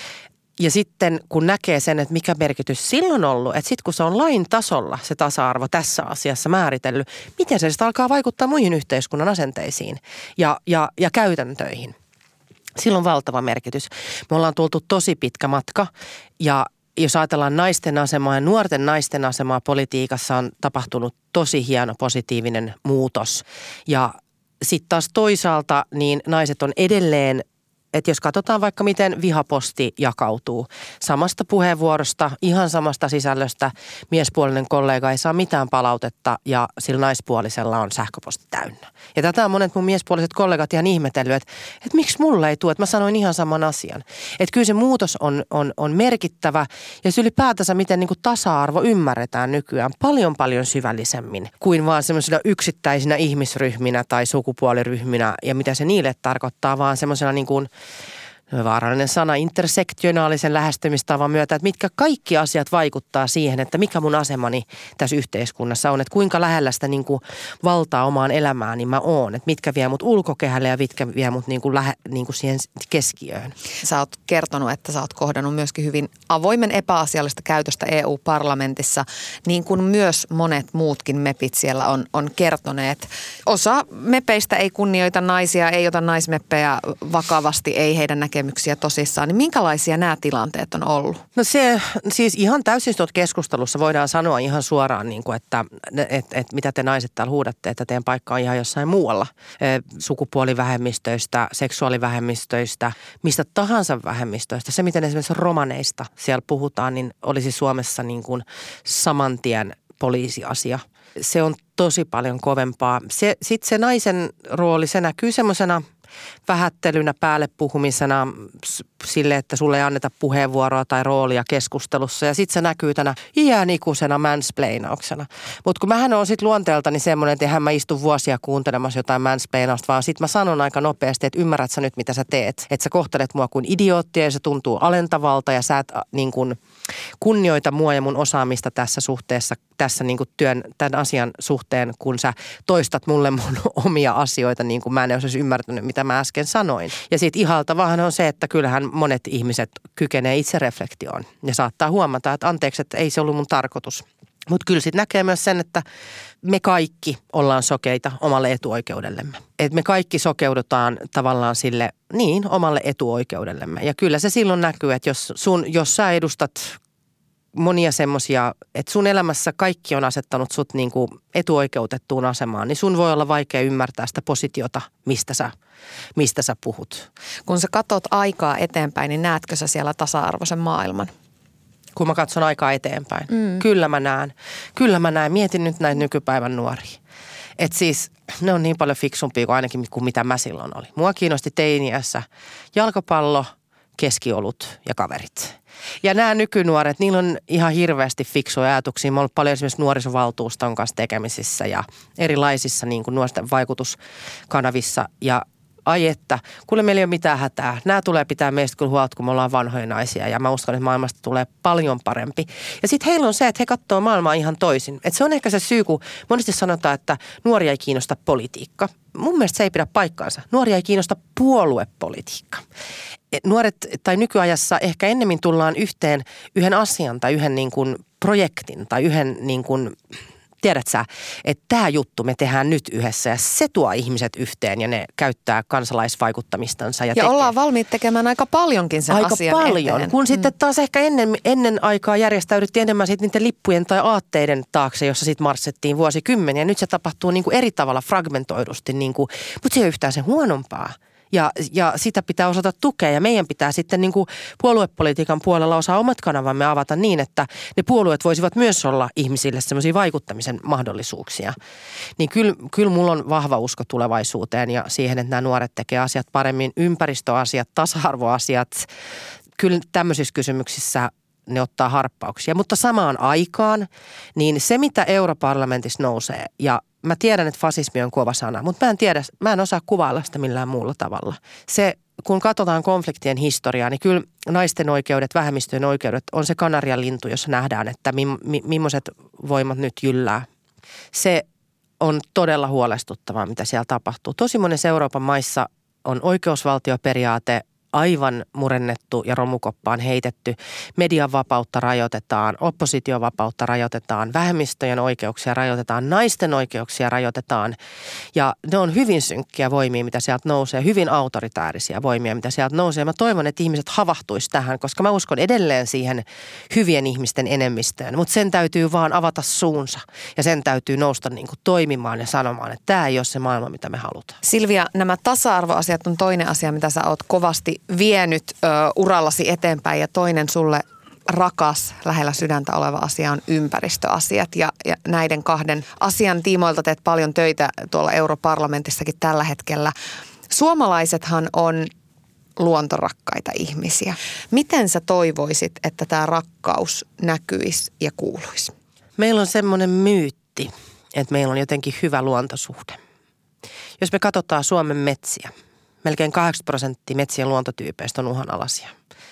Ja sitten kun näkee sen, että mikä merkitys silloin on ollut, että sitten kun se on lain tasolla se tasa-arvo tässä asiassa määritellyt, miten se sitten alkaa vaikuttaa muihin yhteiskunnan asenteisiin ja, ja, ja käytäntöihin. Sillä on valtava merkitys. Me ollaan tultu tosi pitkä matka ja jos ajatellaan naisten asemaa ja nuorten naisten asemaa politiikassa on tapahtunut tosi hieno positiivinen muutos ja sitten taas toisaalta niin naiset on edelleen, että jos katsotaan vaikka miten vihaposti jakautuu samasta puheenvuorosta, ihan samasta sisällöstä, miespuolinen kollega ei saa mitään palautetta ja sillä naispuolisella on sähköposti täynnä. Ja tätä on monet mun miespuoliset kollegat ihan ihmetellyt, että, että miksi mulle ei tule, että mä sanoin ihan saman asian. Että kyllä se muutos on, on, on merkittävä ja se ylipäätänsä miten niin kuin tasa-arvo ymmärretään nykyään paljon paljon syvällisemmin kuin vaan semmoisina yksittäisinä ihmisryhminä tai sukupuoliryhminä ja mitä se niille tarkoittaa, vaan semmoisena niin kuin vaarallinen sana intersektionaalisen lähestymistavan myötä, että mitkä kaikki asiat vaikuttaa siihen, että mikä mun asemani tässä yhteiskunnassa on, että kuinka lähellä sitä niin kuin valtaa omaan elämääni mä oon, että mitkä vie mut ulkokehälle ja mitkä vie mut niin kuin lähe, niin kuin siihen keskiöön. Sä oot kertonut, että sä oot kohdannut myöskin hyvin avoimen epäasiallista käytöstä E U-parlamentissa, niin kuin myös monet muutkin mepit siellä on, on kertoneet. Osa mepeistä ei kunnioita naisia, ei ota naismeppejä vakavasti, ei heidän näkemyksiä tosissaan, niin minkälaisia nämä tilanteet on ollut? No se siis ihan täysin keskustelussa voidaan sanoa ihan suoraan, niin kuin, että, että, että mitä te naiset täällä huudatte, että teidän paikka on ihan jossain muualla. Sukupuolivähemmistöistä, seksuaalivähemmistöistä, mistä tahansa vähemmistöistä. Se, miten esimerkiksi romaneista siellä puhutaan, niin olisi Suomessa niin kuin saman tien poliisiasia. Se on tosi paljon kovempaa. Sitten se naisen rooli, se näkyy semmoisena vähättelynä, päälle puhumisena sille, että sulle ei anneta puheenvuoroa tai roolia keskustelussa. Ja sitten se näkyy tänä iänikuisena mansplainauksena. Mutta kun mähän on sitten luonteeltani semmoinen, että eihän mä istu vuosia kuuntelemassa jotain mansplainausta, vaan sitten mä sanon aika nopeasti, että ymmärrät sä nyt, mitä sä teet. Että sä kohtelet mua kuin idioottia ja se tuntuu alentavalta ja sä et niin kuin kunnioita mua ja mun osaamista tässä suhteessa, tässä niin kuin työn, tämän asian suhteen, kun sä toistat mulle mun omia asioita, niin kuin mä en olisi ymmärtänyt, mitä mä äsken sanoin. Ja sitten ihaltavahan on se, että kyllähän monet ihmiset kykenee itsereflektioon ja saattaa huomata, että anteeksi, että ei se ollut mun tarkoitus. Mutta kyllä sitten näkee myös sen, että me kaikki ollaan sokeita omalle etuoikeudellemme. Että me kaikki sokeudutaan tavallaan sille niin omalle etuoikeudellemme. Ja kyllä se silloin näkyy, että jos, sun, jos sä edustat monia semmoisia, että sun elämässä kaikki on asettanut sut niin kuin etuoikeutettuun asemaan, niin sun voi olla vaikea ymmärtää sitä positiota, mistä sä, mistä sä puhut. Kun sä katot aikaa eteenpäin, niin näetkö sä siellä tasa-arvoisen maailman? Kun mä katson aikaa eteenpäin. Mm. Kyllä mä näen. Kyllä mä näen. Mietin nyt näitä nykypäivän nuoria. Että siis ne on niin paljon fiksumpia kuin ainakin kuin mitä mä silloin oli. Mua kiinnosti teiniässä jalkapallo, keskiolut ja kaverit. Ja nämä nykynuoret, niillä on ihan hirveästi fiksuja ajatuksia. Mä oon ollut paljon esimerkiksi nuorisovaltuuston kanssa tekemisissä ja erilaisissa niin kuin nuorten vaikutuskanavissa. Ja ai että, kuule meillä ei ole mitään hätää. Nämä tulee pitää meistä kyllä huolta, kun me ollaan vanhoja naisia ja mä uskon, että maailmasta tulee paljon parempi. Ja sitten heillä on se, että he katsoo maailmaa ihan toisin. Että se on ehkä se syy, kun monesti sanotaan, että nuoria ei kiinnosta politiikka. Mun mielestä se ei pidä paikkaansa. Nuoria ei kiinnosta puoluepolitiikka. Nuoret tai nykyajassa ehkä ennemmin tullaan yhteen yhden asian tai yhden niin kuin projektin tai yhden niin kuin, tiedät sä, että tämä juttu me tehdään nyt yhdessä ja se tuo ihmiset yhteen ja ne käyttää kansalaisvaikuttamistansa. Ja, ja ollaan valmiit tekemään aika paljonkin sen aika asian paljon, eteen. kun sitten taas ehkä ennen, ennen aikaa järjestäydyttiin enemmän sitten niiden lippujen tai aatteiden taakse, jossa sitten marssettiin vuosikymmeniä. Nyt se tapahtuu niin kuin eri tavalla fragmentoidusti, niin kuin, mutta se ei ole yhtään sen huonompaa. Ja, ja sitä pitää osata tukea ja meidän pitää sitten niin kuin puoluepolitiikan puolella osaa omat kanavamme avata niin, että ne puolueet voisivat myös olla ihmisille semmoisia vaikuttamisen mahdollisuuksia. Niin kyllä, kyllä mulla on vahva usko tulevaisuuteen ja siihen, että nämä nuoret tekee asiat paremmin, ympäristöasiat, tasa-arvoasiat. Kyllä tämmöisissä kysymyksissä ne ottaa harppauksia, mutta samaan aikaan niin se, mitä europarlamentissa nousee ja mä tiedän, että fasismi on kova sana, mutta mä en tiedä, mä en osaa kuvailla sitä millään muulla tavalla. Se, kun katsotaan konfliktien historiaa, niin kyllä naisten oikeudet, vähemmistöjen oikeudet on se kanarian lintu, jossa nähdään, että mi, mi, millaiset voimat nyt jyllää. Se on todella huolestuttavaa, mitä siellä tapahtuu. Tosi monessa Euroopan maissa on oikeusvaltioperiaate aivan murennettu ja romukoppaan heitetty. Median vapautta rajoitetaan, oppositiovapautta rajoitetaan, vähemmistöjen oikeuksia rajoitetaan, naisten oikeuksia rajoitetaan. Ja ne on hyvin synkkiä voimia, mitä sieltä nousee, hyvin autoritäärisiä voimia, mitä sieltä nousee. Mä toivon, että ihmiset havahtuisi tähän, koska mä uskon edelleen siihen hyvien ihmisten enemmistöön. Mutta sen täytyy vaan avata suunsa ja sen täytyy nousta niin kuin toimimaan ja sanomaan, että tämä ei ole se maailma, mitä me halutaan. Silvia, nämä tasa-arvoasiat on toinen asia, mitä sä oot kovasti vienyt ö, urallasi eteenpäin ja toinen sulle rakas, lähellä sydäntä oleva asia on ympäristöasiat ja, ja näiden kahden asian tiimoilta teet paljon töitä tuolla europarlamentissakin tällä hetkellä. Suomalaisethan on luontorakkaita ihmisiä. Miten sä toivoisit, että tämä rakkaus näkyisi ja kuuluisi? Meillä on semmoinen myytti, että meillä on jotenkin hyvä luontosuhde. Jos me katsotaan Suomen metsiä, melkein kahdeksankymmentä prosenttia metsien luontotyypeistä on uhanalaisia.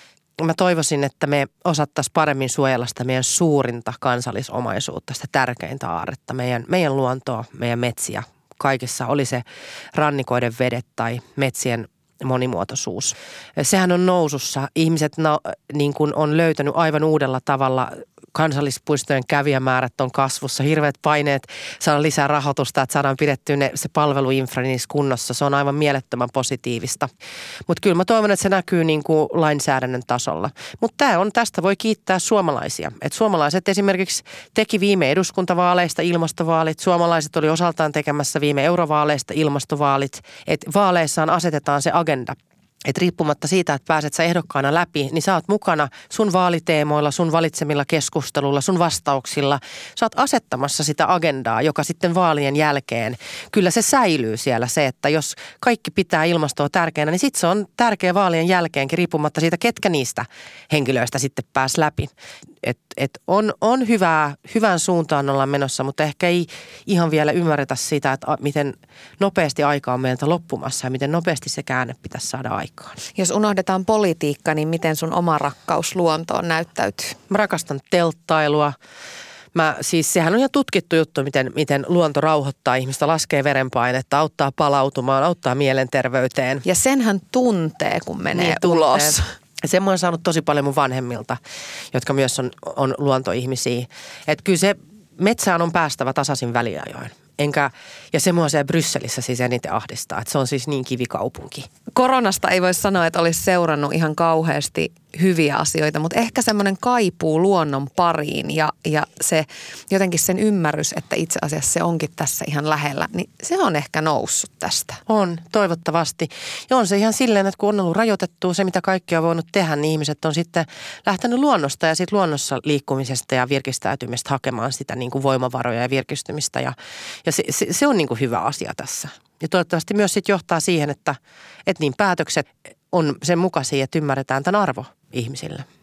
Mä toivoisin, että me osattaisiin paremmin suojella sitä meidän suurinta kansallisomaisuutta, sitä tärkeintä aarretta, meidän, meidän luontoa, meidän metsiä. Kaikessa oli se rannikoiden vedet tai metsien monimuotoisuus. Sehän on nousussa. Ihmiset na, niin kuin on löytänyt aivan uudella tavalla. Kansallispuistojen kävijämäärät on kasvussa, hirveät paineet saada lisää rahoitusta, että saadaan pidettyä ne, se palveluinfra niissä kunnossa. Se on aivan mielettömän positiivista. Mutta kyllä mä toivon, että se näkyy niin kuin lainsäädännön tasolla. Mutta tämä on, tästä voi kiittää suomalaisia. Et suomalaiset esimerkiksi teki viime eduskuntavaaleista ilmastovaalit. Suomalaiset oli osaltaan tekemässä viime eurovaaleista ilmastovaalit. Että vaaleissaan asetetaan se agenda. Että riippumatta siitä, että pääset sä ehdokkaana läpi, niin sä oot mukana sun vaaliteemoilla, sun valitsemilla keskustelulla, sun vastauksilla. Sä oot asettamassa sitä agendaa, joka sitten vaalien jälkeen, kyllä se säilyy siellä se, että jos kaikki pitää ilmastoa tärkeänä, niin sitten se on tärkeä vaalien jälkeenkin, riippumatta siitä, ketkä niistä henkilöistä sitten pääs läpi. Et, et on, on hyvää, hyvään suuntaan ollaan menossa, mutta ehkä ei ihan vielä ymmärretä sitä, että miten nopeasti aika on meiltä loppumassa ja miten nopeasti se käänne pitäisi saada aikaan. Jos unohdetaan politiikka, niin miten sun oma rakkaus luontoon näyttäytyy? Mä rakastan telttailua. Mä, siis sehän on jo tutkittu juttu, miten, miten luonto rauhoittaa ihmistä, laskee verenpainetta, auttaa palautumaan, auttaa mielenterveyteen. Ja senhän tuntee, kun menee niin, ulos. Tuntee. Sen mä oon saanut tosi paljon mun vanhemmilta, jotka myös on, on luontoihmisiä. Että kyllä se metsään on päästävä tasaisin väliajoin. Enkä, ja se mua siellä Brysselissä siis eniten ahdistaa, että se on siis niin kivikaupunki. Koronasta ei voi sanoa, että olisi seurannut ihan kauheasti hyviä asioita, mutta ehkä semmoinen kaipuu luonnon pariin ja, ja se jotenkin sen ymmärrys, että itse asiassa se onkin tässä ihan lähellä, niin se on ehkä noussut tästä. On, toivottavasti. Ja on se ihan silleen, että kun on ollut rajoitettua se, mitä kaikki on voinut tehdä, niin ihmiset on sitten lähtenyt luonnosta ja sitten luonnossa liikkumisesta ja virkistäytymistä hakemaan sitä niin kuin voimavaroja ja virkistymistä. Ja, ja se, se, se on niin kuin hyvä asia tässä. Ja toivottavasti myös sitten johtaa siihen, että, että niin päätökset on sen mukaisia, että ymmärretään tämän arvo ihmisille.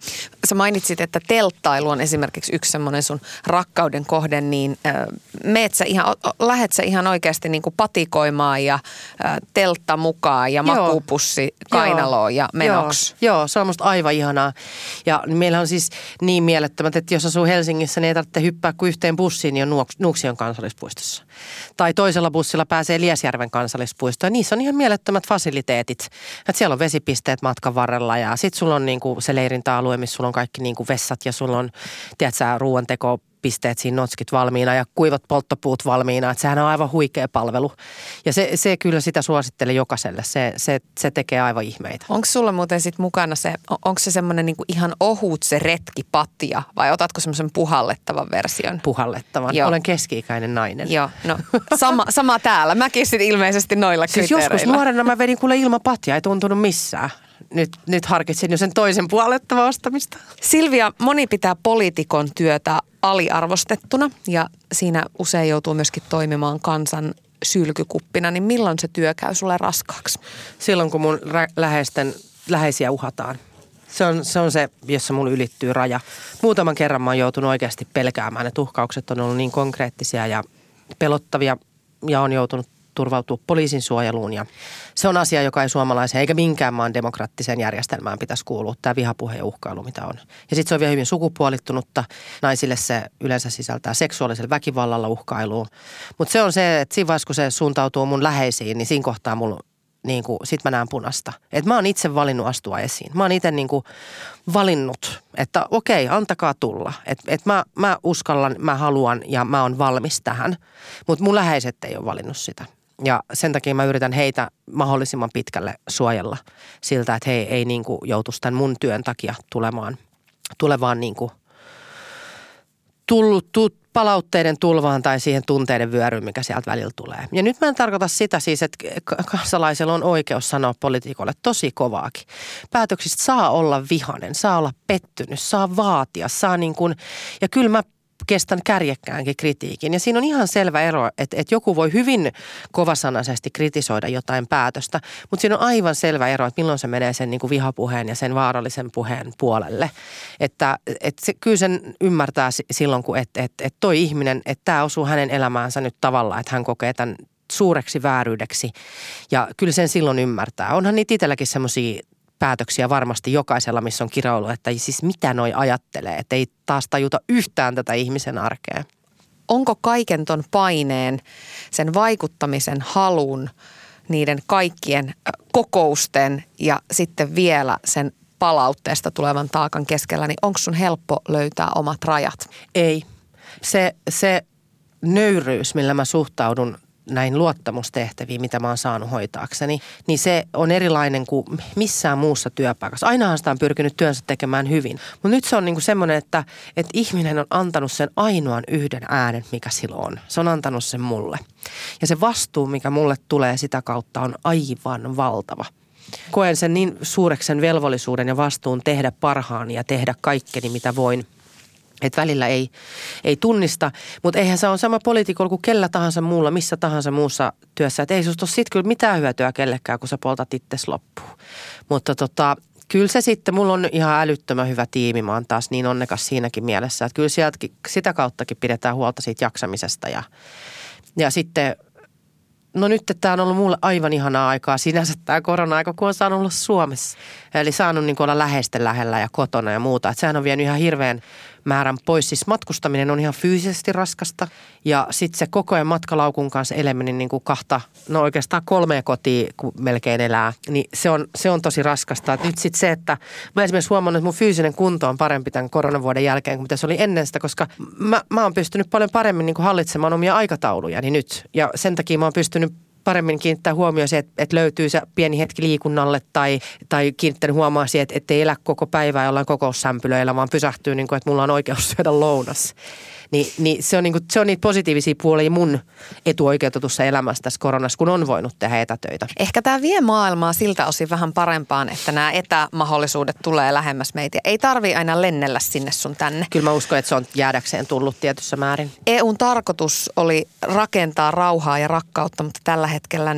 sä mainitsit, että telttailu on esimerkiksi yksi semmoinen sun rakkauden kohde, niin äh, meet sä ihan, lähet sä ihan oikeasti niin kuin patikoimaan ja äh, teltta mukaan ja Joo. makuupussi kainaloon ja menoksi. Joo, joo, se on musta aivan ihanaa. Ja meillä on siis niin mielettömät, että jos asuu Helsingissä, niin ei tarvitse hyppää kuin yhteen bussiin, niin on Nuuksion kansallispuistossa. Tai toisella bussilla pääsee Liesjärven kansallispuistoon. Ja niissä on ihan mielettömät fasiliteetit. Että siellä on vesipisteet matkan varrella ja sit sulla on niinku se leirintäalue, missä sulla on kaikki niinku vessat ja sulla on, tiedätkö, ruoanteko pisteet siinä, notskit valmiina ja kuivat polttopuut valmiina. Että sehän on aivan huikea palvelu. Ja se, se kyllä sitä suosittelen jokaiselle. Se, se, se tekee aivan ihmeitä. Onko sulla muuten sit mukana se, onko se semmoinen niinku ihan ohut se retkipatja vai otatko semmoisen puhallettavan version? Puhallettavan. Joo. Olen keski-ikäinen nainen. Joo, no sama, sama täällä. Mäkin sit ilmeisesti noilla Siis kriteereillä. joskus nuorena mä vedin kuule ilman patjaa, ei tuntunut missään. Nyt, nyt harkitsin jo sen toisen puhallettavan ostamista. Silvia, moni pitää poliitikon työtä aliarvostettuna ja siinä usein joutuu myöskin toimimaan kansan sylkykuppina, niin milloin se työ käy sulle raskaaksi? Silloin kun mun rä- läheisten, läheisiä uhataan. Se on, se on se, jossa mun ylittyy raja. Muutaman kerran mä oon joutunut oikeasti pelkäämään. Ne uhkaukset on ollut niin konkreettisia ja pelottavia ja on joutunut turvautua poliisin suojeluun. Ja se on asia, joka ei suomalaiseen eikä minkään maan demokraattiseen järjestelmään pitäisi kuulua. Tämä vihapuhe ja uhkailu, mitä on. Ja sitten se on vielä hyvin sukupuolittunutta. Naisille se yleensä sisältää seksuaalisella väkivallalla uhkailuun. Mutta se on se, että siinä vaiheessa, kun se suuntautuu mun läheisiin, niin siinä kohtaa mulla niin kuin, sit mä näen punasta. Että mä oon itse valinnut astua esiin. Mä oon itse niin kuin valinnut, että okei, antakaa tulla. Että et mä, mä uskallan, mä haluan ja mä oon valmis tähän. Mutta mun läheiset ei ole valinnut sitä. Ja sen takia mä yritän heitä mahdollisimman pitkälle suojella siltä, että he ei niin kuin joutuisi tämän mun työn takia tulemaan, tulevaan niin kuin tullut, tu, palautteiden tulvaan tai siihen tunteiden vyöryyn, mikä sieltä välillä tulee. Ja nyt mä en tarkoita sitä siis, että kansalaisella on oikeus sanoa poliitikolle tosi kovaakin. Päätöksistä saa olla vihainen, saa olla pettynyt, saa vaatia, saa niin kuin, ja kyllä mä kestän kärjekkäänkin kritiikin. Ja siinä on ihan selvä ero, että, että joku voi hyvin kovasanaisesti kritisoida jotain päätöstä, mutta siinä on aivan selvä ero, että milloin se menee sen niin kuin vihapuheen ja sen vaarallisen puheen puolelle. Että, että se, kyllä sen ymmärtää silloin, kun että, että, että toi ihminen, että tämä osuu hänen elämäänsä nyt tavalla, että hän kokee tämän suureksi vääryydeksi. Ja kyllä sen silloin ymmärtää. Onhan niitä itselläkin semmoisia päätöksiä varmasti jokaisella, missä on kiroilu, että siis mitä noi ajattelee, että ei taas tajuta yhtään tätä ihmisen arkea. Onko kaiken ton paineen, sen vaikuttamisen halun, niiden kaikkien kokousten ja sitten vielä sen palautteesta tulevan taakan keskellä, niin onko sun helppo löytää omat rajat? Ei. Se, se nöyryys, millä mä suhtaudun näin luottamustehtäviin, mitä mä oon saanut hoitaakseni, niin se on erilainen kuin missään muussa työpaikassa. Ainahan sitä on pyrkinyt työnsä tekemään hyvin. Mutta nyt se on niinku semmoinen, että, että ihminen on antanut sen ainoan yhden äänen, mikä sillä on. Se on antanut sen mulle. Ja se vastuu, mikä mulle tulee sitä kautta, on aivan valtava. Koen sen niin suureksi sen velvollisuuden ja vastuun tehdä parhaani ja tehdä kaikkeni, mitä voin. Että välillä ei, ei tunnista, mutta eihän se ole sama poliitikolla kuin kellä tahansa muulla, missä tahansa muussa työssä. Että ei susta ole sitten kyllä mitään hyötyä kellekään, kun sä poltat itses loppuun. Mutta tota, kyllä se sitten, mulla on ihan älyttömän hyvä tiimi. Mä oon taas niin onnekas siinäkin mielessä, että kyllä sieltäkin, sitä kauttakin pidetään huolta siitä jaksamisesta. Ja, ja sitten, no nyt tämä on ollut mulle aivan ihanaa aikaa sinänsä tämä korona-aika, kun on saanut olla Suomessa. Eli saanut niin kuin olla läheisten lähellä ja kotona ja muuta. Että sehän on vienyt ihan hirveän määrän pois. Siis matkustaminen on ihan fyysisesti raskasta ja sitten se koko ajan matkalaukun kanssa eläminen niin kuin kahta, no oikeastaan kolmea kotia, kun melkein elää, niin se on, se on tosi raskasta. Et nyt sitten se, että mä esimerkiksi huomannut, että mun fyysinen kunto on parempi tämän koronavuoden jälkeen kuin mitä se oli ennen sitä, koska mä, mä oon pystynyt paljon paremmin niin kuin hallitsemaan omia aikataulujani nyt ja sen takia mä oon pystynyt paremmin kiinnittää huomioon se, että, että löytyy se pieni hetki liikunnalle tai, tai kiinnittänyt huomaa siihen, että, että ei elä koko päivää jollain kokoussämpylöillä, vaan pysähtyy, niin kuin, että mulla on oikeus syödä lounas. Niin, niin se, on niin kuin, se on niitä positiivisia puolia mun etuoikeutetussa elämässä tässä koronassa, kun on voinut tehdä etätöitä. Ehkä tämä vie maailmaa siltä osin vähän parempaan, että nämä etämahdollisuudet tulee lähemmäs meitä. Ei tarvitse aina lennellä sinne sun tänne. Kyllä mä uskon, että se on jäädäkseen tullut tietyssä määrin. E U:n tarkoitus oli rakentaa rauhaa ja rakkautta, mutta tällä hetkellä niin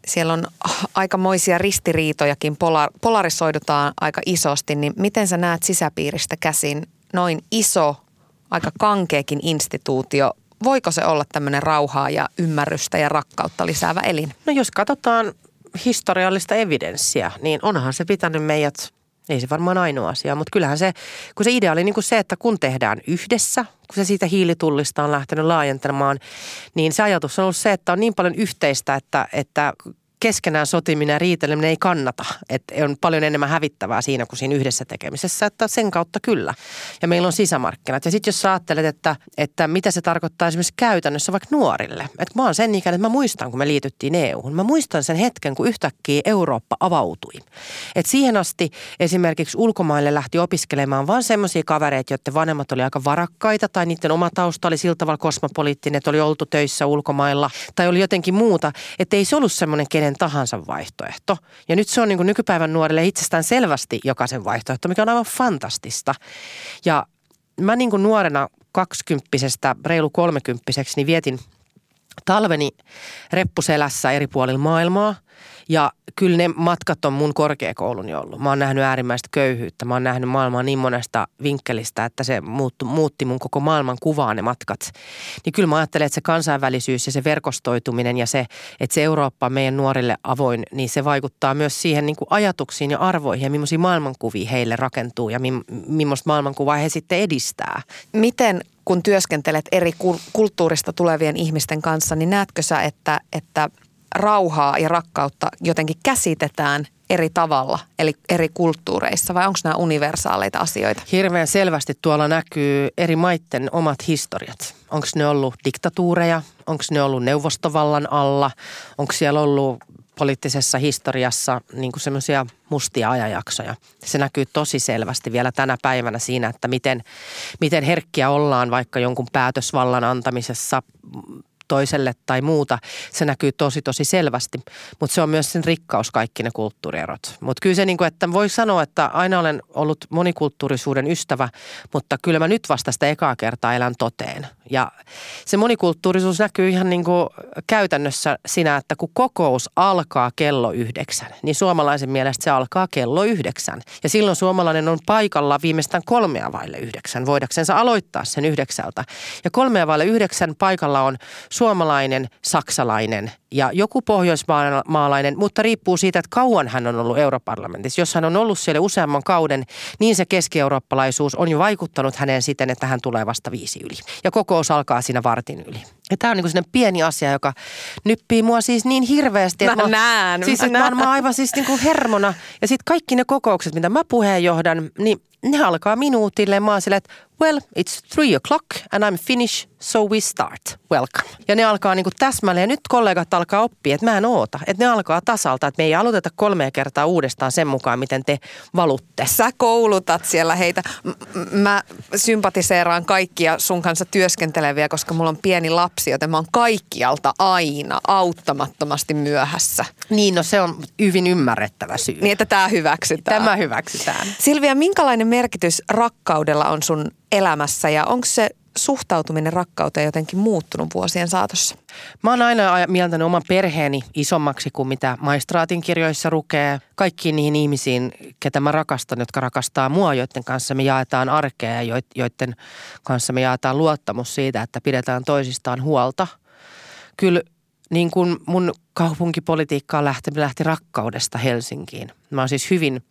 siellä on aikamoisia ristiriitojakin, polar- polarisoidutaan aika isosti, niin miten sä näet sisäpiiristä käsin noin iso, aika kankeakin instituutio? Voiko se olla tämmöinen rauhaa ja ymmärrystä ja rakkautta lisäävä elin? No jos katsotaan historiallista evidenssiä, niin onhan se pitänyt meidät, ei se varmaan ainoa asia, mutta kyllähän se, kun se idea oli niin kuin se, että kun tehdään yhdessä, kun se siitä hiilitullista on lähtenyt laajentamaan, niin se ajatus on ollut se, että on niin paljon yhteistä, että, että keskenään sotiminen ja riiteleminen ei kannata. Että on paljon enemmän hävittävää siinä kuin siinä yhdessä tekemisessä, että sen kautta kyllä. Ja meillä on sisämarkkinat. Ja sitten jos sä ajattelet, että, että mitä se tarkoittaa esimerkiksi käytännössä vaikka nuorille. Että mä oon sen ikäinen, että mä muistan, kun me liityttiin E U:hun. Mä muistan sen hetken, kun yhtäkkiä Eurooppa avautui. Että siihen asti esimerkiksi ulkomaille lähti opiskelemaan vaan semmoisia kavereita, joiden vanhemmat oli aika varakkaita tai niiden oma tausta oli sillä tavalla kosmopoliittinen, että oli oltu töissä ulkomailla tai oli jotenkin muuta. Että ei se ollut semmoinen kenen tahansa vaihtoehto. Ja nyt se on niin kuin nykypäivän nuorille itsestään selvästi jokaisen vaihtoehto, mikä on aivan fantastista. Ja mä niin kuin nuorena kaksikymppisestä reilu kolmekymppiseksi niin vietin talveni reppuselässä eri puolilla maailmaa. Ja kyllä ne matkat on mun korkeakouluni ollut. Mä oon nähnyt äärimmäistä köyhyyttä. Mä oon nähnyt maailmaa niin monesta vinkkelistä, että se muuttu, muutti mun koko maailman kuvaa ne matkat. Niin kyllä mä ajattelen, että se kansainvälisyys ja se verkostoituminen ja se, että se Eurooppa on meidän nuorille avoin, niin se vaikuttaa myös siihen niin kuin ajatuksiin ja arvoihin ja millaisia maailmankuvia heille rakentuu ja mi, millaista maailmankuvaa he sitten edistää. Miten kun työskentelet eri kulttuurista tulevien ihmisten kanssa, niin näetkö sä, että, että rauhaa ja rakkautta jotenkin käsitetään eri tavalla, eli eri kulttuureissa, vai onko nämä universaaleita asioita? Hirveän selvästi tuolla näkyy eri maiden omat historiat. Onko ne ollut diktatuureja, onko ne ollut neuvostovallan alla, onko siellä ollut poliittisessa historiassa niin kuin semmoisia mustia ajanjaksoja. Se näkyy tosi selvästi vielä tänä päivänä siinä, että miten, miten herkkiä ollaan vaikka jonkun päätösvallan antamisessa toiselle tai muuta. Se näkyy tosi tosi selvästi, mutta se on myös sen rikkaus kaikki ne kulttuurierot. Mutta kyllä se niin kuin, että voi sanoa, että aina olen ollut monikulttuurisuuden ystävä, mutta kyllä mä nyt vasta sitä ekaa kertaa elän toteen. Ja se monikulttuurisuus näkyy ihan niin kuin käytännössä siinä, että kun kokous alkaa kello yhdeksän, niin suomalaisen mielestä se alkaa kello yhdeksän. Ja silloin suomalainen on paikalla viimeistään kolmea vaille yhdeksän, voidaksensa aloittaa sen yhdeksältä. Ja kolmea vaille yhdeksän paikalla on suomalainen, saksalainen ja joku pohjoismaalainen, mutta riippuu siitä, että kauan hän on ollut europarlamentissa. Jos hän on ollut siellä useamman kauden, niin se keski-eurooppalaisuus on jo vaikuttanut häneen siten, että hän tulee vasta viisi yli. Ja kokous alkaa siinä vartin yli. Ja tämä on niin kuin sellainen pieni asia, joka nyppii mua siis niin hirveästi. Mä että näen. Mä, siis, mä että näen. mä oon aivan siis niin kuin hermona. Ja sitten kaikki ne kokoukset, mitä mä puheenjohdan, niin ne alkaa minuutille. Mä oon silleen, että well, it's three o'clock and I'm finished, so we start. Welcome. Ja ne alkaa niinku täsmälleen. Ja nyt kollegat alkaa oppia, että mä en oota. Että ne alkaa tasalta, että me ei aloiteta kolmea kertaa uudestaan sen mukaan, miten te valutte. Sä koulutat siellä heitä. M- mä sympatiseeraan kaikkia sun kanssa työskenteleviä, koska mulla on pieni lapsi, joten mä oon kaikkialta aina auttamattomasti myöhässä. Niin, no se on hyvin ymmärrettävä syy. Niin, että tää hyväksytään. Tämä hyväksytään. Silvia, minkälainen merkitys rakkaudella on sun elämässä ja onko se suhtautuminen rakkauteen jotenkin muuttunut vuosien saatossa? Mä oon aina mieltänyt oman perheeni isommaksi kuin mitä maistraatin kirjoissa lukee. Kaikkiin niihin ihmisiin, ketä mä rakastan, jotka rakastaa mua, joiden kanssa me jaetaan arkea ja joiden kanssa me jaetaan luottamus siitä, että pidetään toisistaan huolta. Kyllä niin kuin mun kaupunkipolitiikka lähti, lähti rakkaudesta Helsinkiin. Mä oon siis hyvin...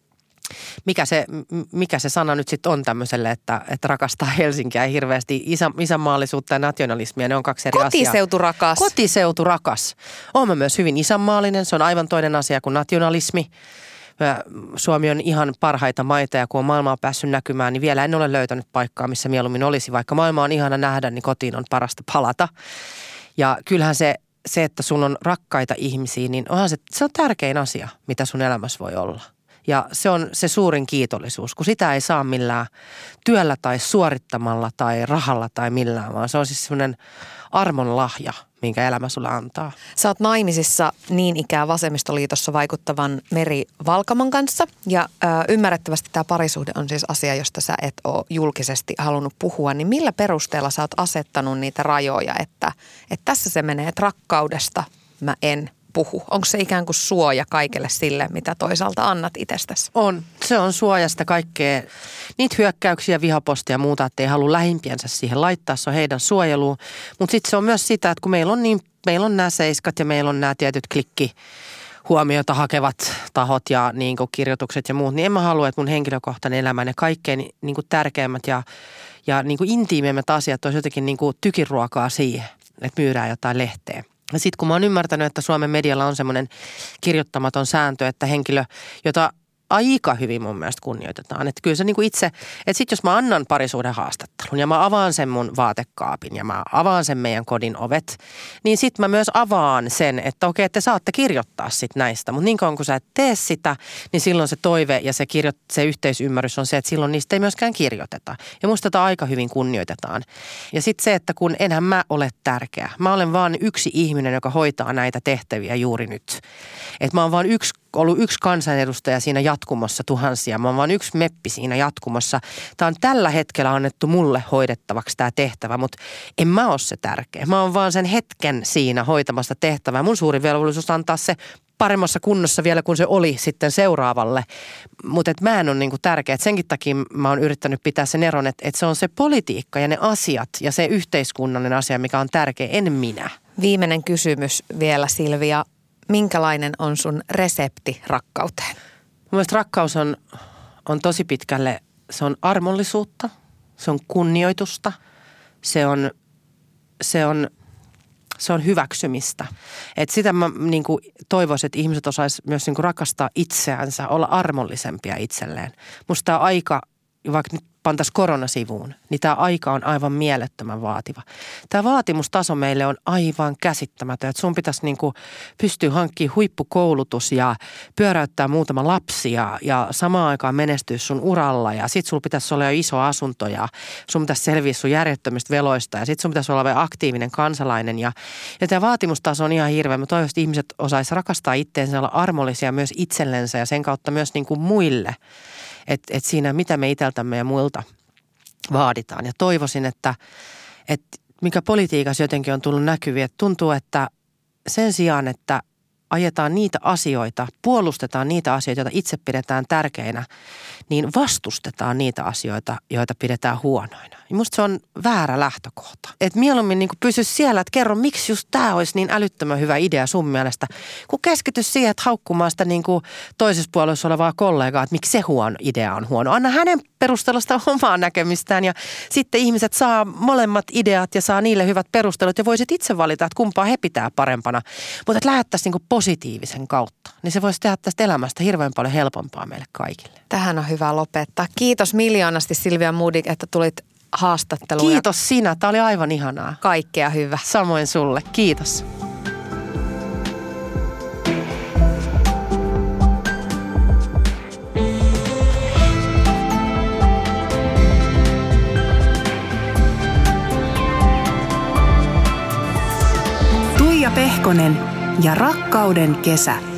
Mikä se, mikä se sana nyt sitten on tämmöiselle, että, että rakastaa Helsinkiä ja hirveästi isä, isänmaallisuutta ja nationalismia, ne on kaksi eri asiaa. Kotiseuturakas. Kotiseuturakas. Oon mä myös hyvin isänmaallinen, se on aivan toinen asia kuin nationalismi. Suomi on ihan parhaita maita ja kun on maailmaa päässyt näkymään, niin vielä en ole löytänyt paikkaa, missä mieluummin olisi. Vaikka maailma on ihana nähdä, niin kotiin on parasta palata. Ja kyllähän se, se että sun on rakkaita ihmisiä, niin onhan se, se on tärkein asia, mitä sun elämässä voi olla. Ja se on se suurin kiitollisuus, kun sitä ei saa millään työllä tai suorittamalla tai rahalla tai millään, vaan se on siis semmoinen armon lahja, minkä elämä sulle antaa. Sä oot naimisissa niin ikään vasemmistoliitossa vaikuttavan Meri Valkamon kanssa ja ö, ymmärrettävästi tämä parisuhde on siis asia, josta sä et ole julkisesti halunnut puhua. Niin millä perusteella sä oot asettanut niitä rajoja, että, että tässä se menee, että rakkaudesta mä en puhu? Onko se ikään kuin suoja kaikelle sille, mitä toisaalta annat itsestäsi? On. Se on suojasta kaikkea. Niitä hyökkäyksiä, vihapostia ja muuta, että ei halua lähimpiensä siihen laittaa. Se on heidän suojeluun. Mutta sitten se on myös sitä, että kun meillä on, niin, meillä on nämä seiskat ja meillä on nämä tietyt klikki huomiota hakevat tahot ja niin kuin kirjoitukset ja muut, niin en mä halua, että mun henkilökohtainen elämä ne kaikkein niin kuin tärkeimmät ja, ja niin kuin intiimeimmät asiat olisi jotenkin niin kuin tykiruokaa siihen, että myydään jotain lehteä. Ja sitten kun mä oon ymmärtänyt, että Suomen medialla on semmoinen kirjoittamaton sääntö, että henkilö, jota aika hyvin mun mielestä kunnioitetaan. Että kyllä se niin kuin itse, että sitten jos mä annan parisuuden haastattelun ja mä avaan sen mun vaatekaapin ja mä avaan sen meidän kodin ovet, niin sitten mä myös avaan sen, että okei, te saatte kirjoittaa sit näistä. Mutta niin kauan kun sä et tee sitä, niin silloin se toive ja se, kirjo, se yhteisymmärrys on se, että silloin niistä ei myöskään kirjoiteta. Ja musta tätä aika hyvin kunnioitetaan. Ja sitten se, että kun enhän mä ole tärkeä. Mä olen vaan yksi ihminen, joka hoitaa näitä tehtäviä juuri nyt. Että mä oon vaan yksi ollut yksi kansanedustaja siinä jatkumossa tuhansia. Mä oon vaan yksi meppi siinä jatkumossa. Tämä on tällä hetkellä annettu mulle hoidettavaksi tämä tehtävä, mutta en mä ole se tärkeä. Mä oon vaan sen hetken siinä hoitamassa tehtävää. Mun suuri velvollisuus on antaa se paremmassa kunnossa vielä kuin se oli sitten seuraavalle. Mutta mä en ole niinku tärkeä. Et senkin takia mä oon yrittänyt pitää sen eron, että et se on se politiikka ja ne asiat ja se yhteiskunnallinen asia, mikä on tärkeä, en minä. Viimeinen kysymys vielä, Silvia. Minkälainen on sun resepti rakkauteen? Mun mielestä rakkaus on, on tosi pitkälle, se on armollisuutta, se on kunnioitusta, se on, se on, se on hyväksymistä. Et sitä mä niin kuin toivoisin, että ihmiset osais myös niin kuin rakastaa itseänsä, olla armollisempia itselleen. Musta tämä aika, vaikka nyt pantaisiin koronasivuun, niin tämä aika on aivan mielettömän vaativa. Tämä vaatimustaso meille on aivan käsittämätön, että sun pitäisi niin kuin pystyä hankkimaan huippukoulutus ja pyöräyttää muutama lapsi ja, ja samaan aikaan menestyä sun uralla ja sit sulla pitäisi olla jo iso asunto ja sun pitäisi selviä sun järjettömistä veloista ja sit sun pitäisi olla vielä aktiivinen kansalainen ja, ja tämä vaatimustaso on ihan hirveä. Mä toivon, että ihmiset osaisi rakastaa itteensä, olla armollisia myös itsellensä ja sen kautta myös niin kuin muille. Että et siinä, mitä me itseltämme ja muilta vaaditaan. Ja toivoisin, että, että mikä politiikassa jotenkin on tullut näkyviin, että tuntuu, että sen sijaan, että ajetaan niitä asioita, puolustetaan niitä asioita, joita itse pidetään tärkeinä, niin vastustetaan niitä asioita, joita pidetään huonoina. Ja musta se on väärä lähtökohta. Että mieluummin niin pysy siellä, että kerro, miksi just tämä olisi niin älyttömän hyvä idea sun mielestä, kun keskity siihen, että haukkumaan sitä niin kuin toisessa puolessa olevaa kollegaa, että miksi se huono idea on huono. Anna hänen perustella sitä omaa näkemistään ja sitten ihmiset saa molemmat ideat ja saa niille hyvät perustelut ja voisit itse valita, että kumpaa he pitää parempana. Mutta että lähettäisiin niin positiivisen kautta, niin se voisi tehdä tästä elämästä hirveän paljon helpompaa meille kaikille. Tähän on hyvä lopettaa. Kiitos miljoonasti Silvia Modig, että tulit haastatteluun. Kiitos sinä, tämä oli aivan ihanaa. Kaikkea hyvää. Samoin sulle, kiitos. Tuija Pehkonen ja Rakkauden kesä.